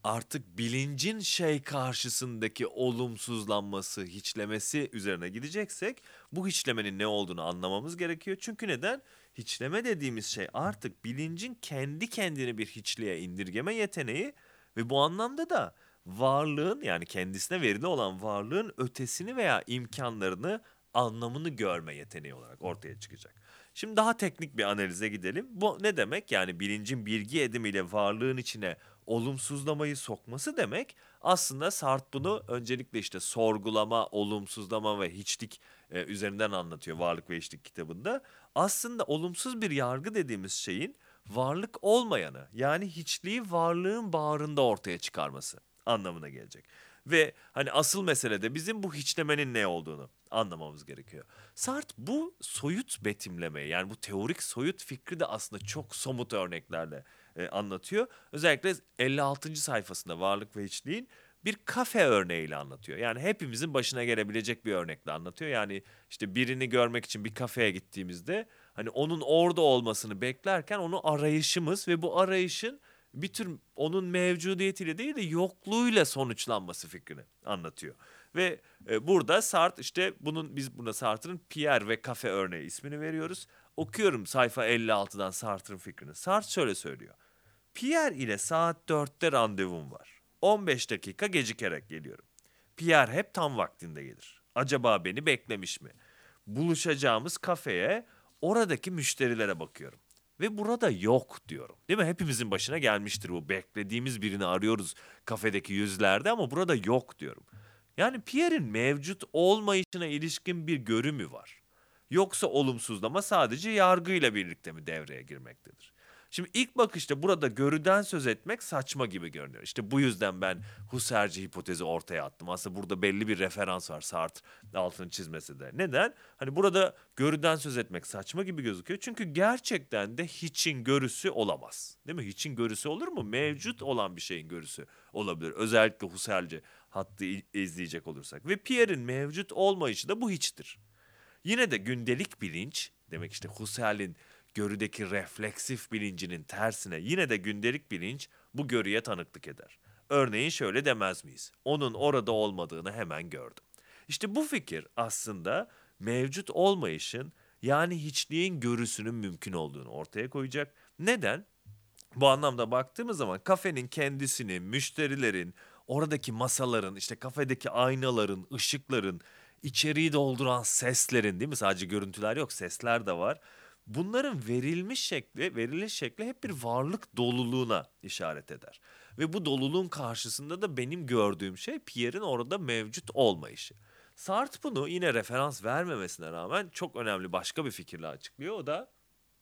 artık bilincin şey karşısındaki olumsuzlanması, hiçlemesi üzerine gideceksek bu hiçlemenin ne olduğunu anlamamız gerekiyor. Çünkü neden? Hiçleme dediğimiz şey artık bilincin kendi kendini bir hiçliğe indirgeme yeteneği ve bu anlamda da varlığın, yani kendisine verili olan varlığın ötesini veya imkanlarını, anlamını görme yeteneği olarak ortaya çıkacak. Şimdi daha teknik bir analize gidelim. Bu ne demek? Yani bilincin bilgi edimiyle varlığın içine olumsuzlamayı sokması demek. Aslında Sartre bunu öncelikle işte sorgulama, olumsuzlama ve hiçlik e, üzerinden anlatıyor Varlık ve Hiçlik kitabında. Aslında olumsuz bir yargı dediğimiz şeyin varlık olmayanı, yani hiçliği varlığın bağrında ortaya çıkarması anlamına gelecek. Ve hani asıl mesele de bizim bu hiçlemenin ne olduğunu anlamamız gerekiyor. Sartre bu soyut betimlemeyi, yani bu teorik soyut fikri de aslında çok somut örneklerle e, anlatıyor. Özellikle elli altıncı sayfasında Varlık ve Hiçliğin bir kafe örneğiyle anlatıyor. Yani hepimizin başına gelebilecek bir örnekle anlatıyor. Yani işte birini görmek için bir kafeye gittiğimizde hani onun orada olmasını beklerken onu arayışımız ve bu arayışın bir tür onun mevcudiyetiyle değil de yokluğuyla sonuçlanması fikrini anlatıyor. Ve e, burada Sartre, işte bunun, biz buna Sartre'ın Pierre ve kafe örneği ismini veriyoruz. Okuyorum sayfa elli altıdan Sartre'ın fikrini. Sartre şöyle söylüyor. Pierre ile saat dörtte randevum var. on beş dakika gecikerek geliyorum. Pierre hep tam vaktinde gelir. Acaba beni beklemiş mi? Buluşacağımız kafeye, oradaki müşterilere bakıyorum. Ve burada yok diyorum. Değil mi? Hepimizin başına gelmiştir bu. Beklediğimiz birini arıyoruz kafedeki yüzlerde ama burada yok diyorum. Yani Pierre'in mevcut olmayışına ilişkin bir görümü var. Yoksa olumsuzlama sadece yargıyla birlikte mi devreye girmektedir? Şimdi ilk bakışta burada görüden söz etmek saçma gibi görünüyor. İşte bu yüzden ben Husserlci hipotezi ortaya attım. Aslında burada belli bir referans var, Sartre altını çizmesi de. Neden? Hani burada görüden söz etmek saçma gibi gözüküyor. Çünkü gerçekten de hiçin görüsü olamaz. Değil mi? Hiçin görüsü olur mu? Mevcut olan bir şeyin görüsü olabilir. Özellikle Husserlci hattı izleyecek olursak. Ve Pierre'in mevcut olmayışı da bu hiçtir. Yine de gündelik bilinç, demek işte Husserl'in görüdeki refleksif bilincinin tersine, yine de gündelik bilinç bu görüye tanıklık eder. Örneğin şöyle demez miyiz? Onun orada olmadığını hemen gördüm. İşte bu fikir aslında mevcut olmayışın, yani hiçliğin görüsünün mümkün olduğunu ortaya koyacak. Neden? Bu anlamda baktığımız zaman kafenin kendisini, müşterilerin, oradaki masaların, işte kafedeki aynaların, ışıkların, içeriği dolduran seslerin, değil mi? Sadece görüntüler yok, sesler de var. Bunların verilmiş şekli, veriliş şekli hep bir varlık doluluğuna işaret eder. Ve bu doluluğun karşısında da benim gördüğüm şey Pierre'in orada mevcut olmayışı. Sartre bunu yine referans vermemesine rağmen çok önemli başka bir fikirle açıklıyor. O da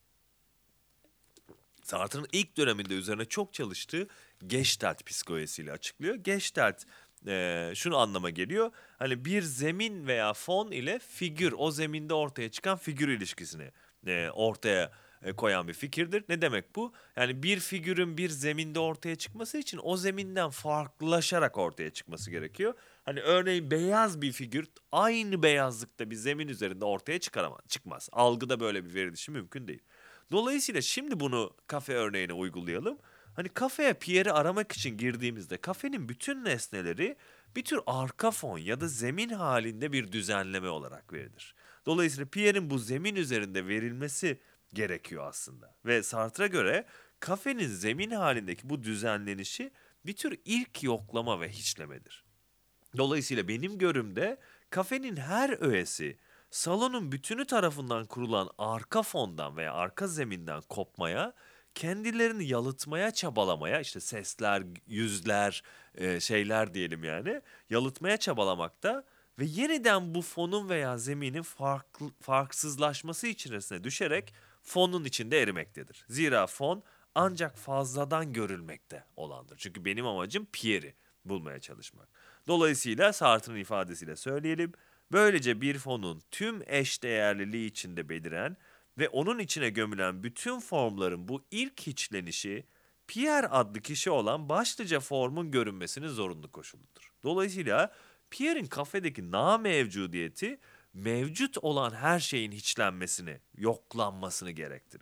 Sartre'ın ilk döneminde üzerine çok çalıştığı Gestalt psikolojisiyle açıklıyor. Gestalt e, şunu anlama geliyor. Hani bir zemin veya fon ile figür, o zeminde ortaya çıkan figür ilişkisini e, ortaya e, koyan bir fikirdir. Ne demek bu? Yani bir figürün bir zeminde ortaya çıkması için o zeminden farklılaşarak ortaya çıkması gerekiyor. Hani örneğin beyaz bir figür aynı beyazlıkta bir zemin üzerinde ortaya çıkaramaz, çıkmaz. Algıda böyle bir verilişi mümkün değil. Dolayısıyla şimdi bunu kafe örneğine uygulayalım. Hani kafeye Pierre'i aramak için girdiğimizde kafenin bütün nesneleri bir tür arka fon ya da zemin halinde bir düzenleme olarak verilir. Dolayısıyla Pierre'in bu zemin üzerinde verilmesi gerekiyor aslında. Ve Sartre'a göre kafenin zemin halindeki bu düzenlenişi bir tür ilk yoklama ve hiçlemedir. Dolayısıyla benim görümde kafenin her öğesi salonun bütünü tarafından kurulan arka fondan veya arka zeminden kopmaya, kendilerini yalıtmaya çabalamaya, işte sesler, yüzler, e, şeyler diyelim yani, yalıtmaya çabalamakta ve yeniden bu fonun veya zeminin farklı, farksızlaşması içerisine düşerek fonun içinde erimektedir. Zira fon ancak fazladan görülmekte olandır. Çünkü benim amacım Pierre'i bulmaya çalışmak. Dolayısıyla Sartre'ın ifadesiyle söyleyelim, böylece bir fonun tüm eşdeğerliliği içinde beliren ve onun içine gömülen bütün formların bu ilk hiçlenişi Pierre adlı kişi olan başlıca formun görünmesinin zorunlu koşuludur. Dolayısıyla Pierre'in kafedeki na mevcudiyeti mevcut olan her şeyin hiçlenmesini, yoklanmasını gerektirir.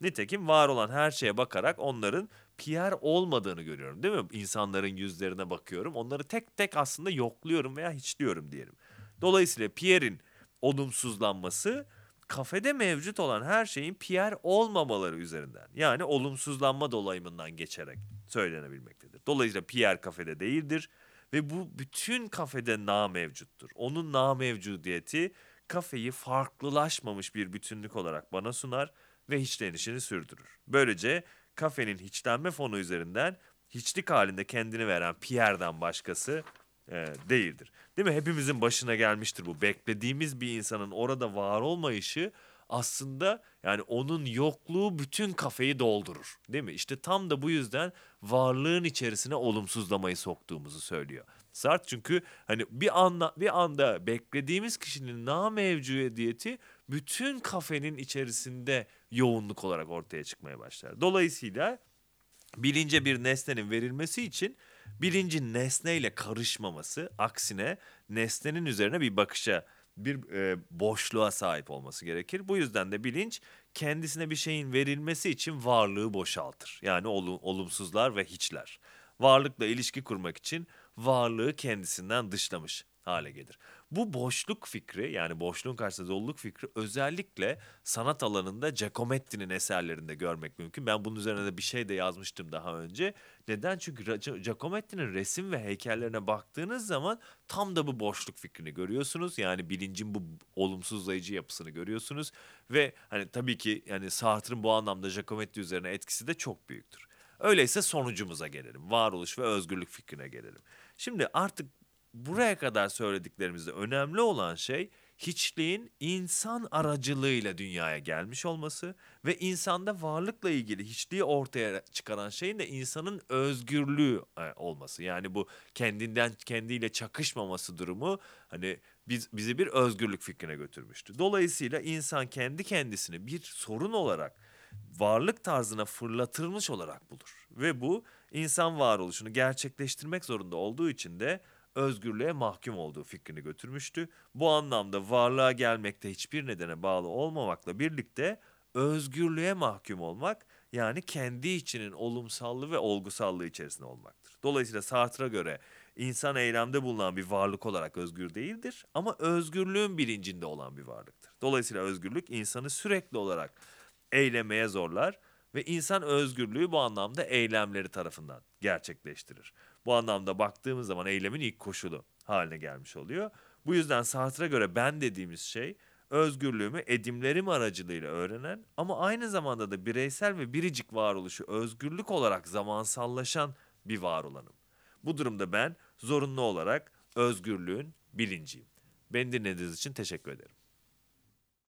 Nitekim var olan her şeye bakarak onların Pierre olmadığını görüyorum, değil mi? İnsanların yüzlerine bakıyorum. Onları tek tek aslında yokluyorum veya hiçliyorum diyelim. Dolayısıyla Pierre'in olumsuzlanması kafede mevcut olan her şeyin Pierre olmamaları üzerinden, yani olumsuzlanma dolayımından geçerek söylenebilmektedir. Dolayısıyla Pierre kafede değildir ve bu bütün kafede na mevcuttur. Onun na mevcudiyeti kafeyi farklılaşmamış bir bütünlük olarak bana sunar ve hiçlenişini sürdürür. Böylece kafenin hiçlenme fonu üzerinden hiçlik halinde kendini veren Pierre'den başkası e, değildir. Değil mi? Hepimizin başına gelmiştir bu. Beklediğimiz bir insanın orada var olmayışı aslında, yani onun yokluğu bütün kafeyi doldurur. Değil mi? İşte tam da bu yüzden varlığın içerisine olumsuzlamayı soktuğumuzu söylüyor. Sartre, çünkü hani bir anda bir anda beklediğimiz kişinin na mevcudiyeti bütün kafenin içerisinde yoğunluk olarak ortaya çıkmaya başlar. Dolayısıyla bilince bir nesnenin verilmesi için bilincin nesneyle karışmaması, aksine nesnenin üzerine bir bakışa, bir e, boşluğa sahip olması gerekir. Bu yüzden de bilinç kendisine bir şeyin verilmesi için varlığı boşaltır. Yani olu- olumsuzlar ve hiçler. Varlıkla ilişki kurmak için varlığı kendisinden dışlamış hale gelir. Bu boşluk fikri, yani boşluğun karşısında doluluk fikri, özellikle sanat alanında Giacometti'nin eserlerinde görmek mümkün. Ben bunun üzerine de bir şey de yazmıştım daha önce. Neden? Çünkü Ra- Giacometti'nin resim ve heykellerine baktığınız zaman tam da bu boşluk fikrini görüyorsunuz. Yani bilincin bu olumsuzlayıcı yapısını görüyorsunuz ve hani tabii ki yani Sartre'ın bu anlamda Giacometti üzerine etkisi de çok büyüktür. Öyleyse sonucumuza gelelim. Varoluş ve özgürlük fikrine gelelim. Şimdi artık buraya kadar söylediklerimizde önemli olan şey, hiçliğin insan aracılığıyla dünyaya gelmiş olması ve insanda varlıkla ilgili hiçliği ortaya çıkaran şeyin de insanın özgürlüğü e, olması. Yani bu kendinden kendiyle çakışmaması durumu hani biz, bizi bir özgürlük fikrine götürmüştü. Dolayısıyla insan kendi kendisini bir sorun olarak varlık tarzına fırlatılmış olarak bulur. Ve bu insan varoluşunu gerçekleştirmek zorunda olduğu için de özgürlüğe mahkum olduğu fikrini götürmüştü. Bu anlamda varlığa gelmekte hiçbir nedene bağlı olmamakla birlikte özgürlüğe mahkum olmak, yani kendi içinin olumsallığı ve olgusallığı içerisinde olmaktır. Dolayısıyla Sartre'a göre insan eylemde bulunan bir varlık olarak özgür değildir ama özgürlüğün bilincinde olan bir varlıktır. Dolayısıyla özgürlük insanı sürekli olarak eylemeye zorlar ve insan özgürlüğü bu anlamda eylemleri tarafından gerçekleştirir. Bu anlamda baktığımız zaman eylemin ilk koşulu haline gelmiş oluyor. Bu yüzden Sartre'a göre ben dediğimiz şey, özgürlüğümü edimlerim aracılığıyla öğrenen ama aynı zamanda da bireysel ve biricik varoluşu özgürlük olarak zamansallaşan bir var olanım. Bu durumda ben zorunlu olarak özgürlüğün bilinciyim. Beni dinlediğiniz için teşekkür ederim.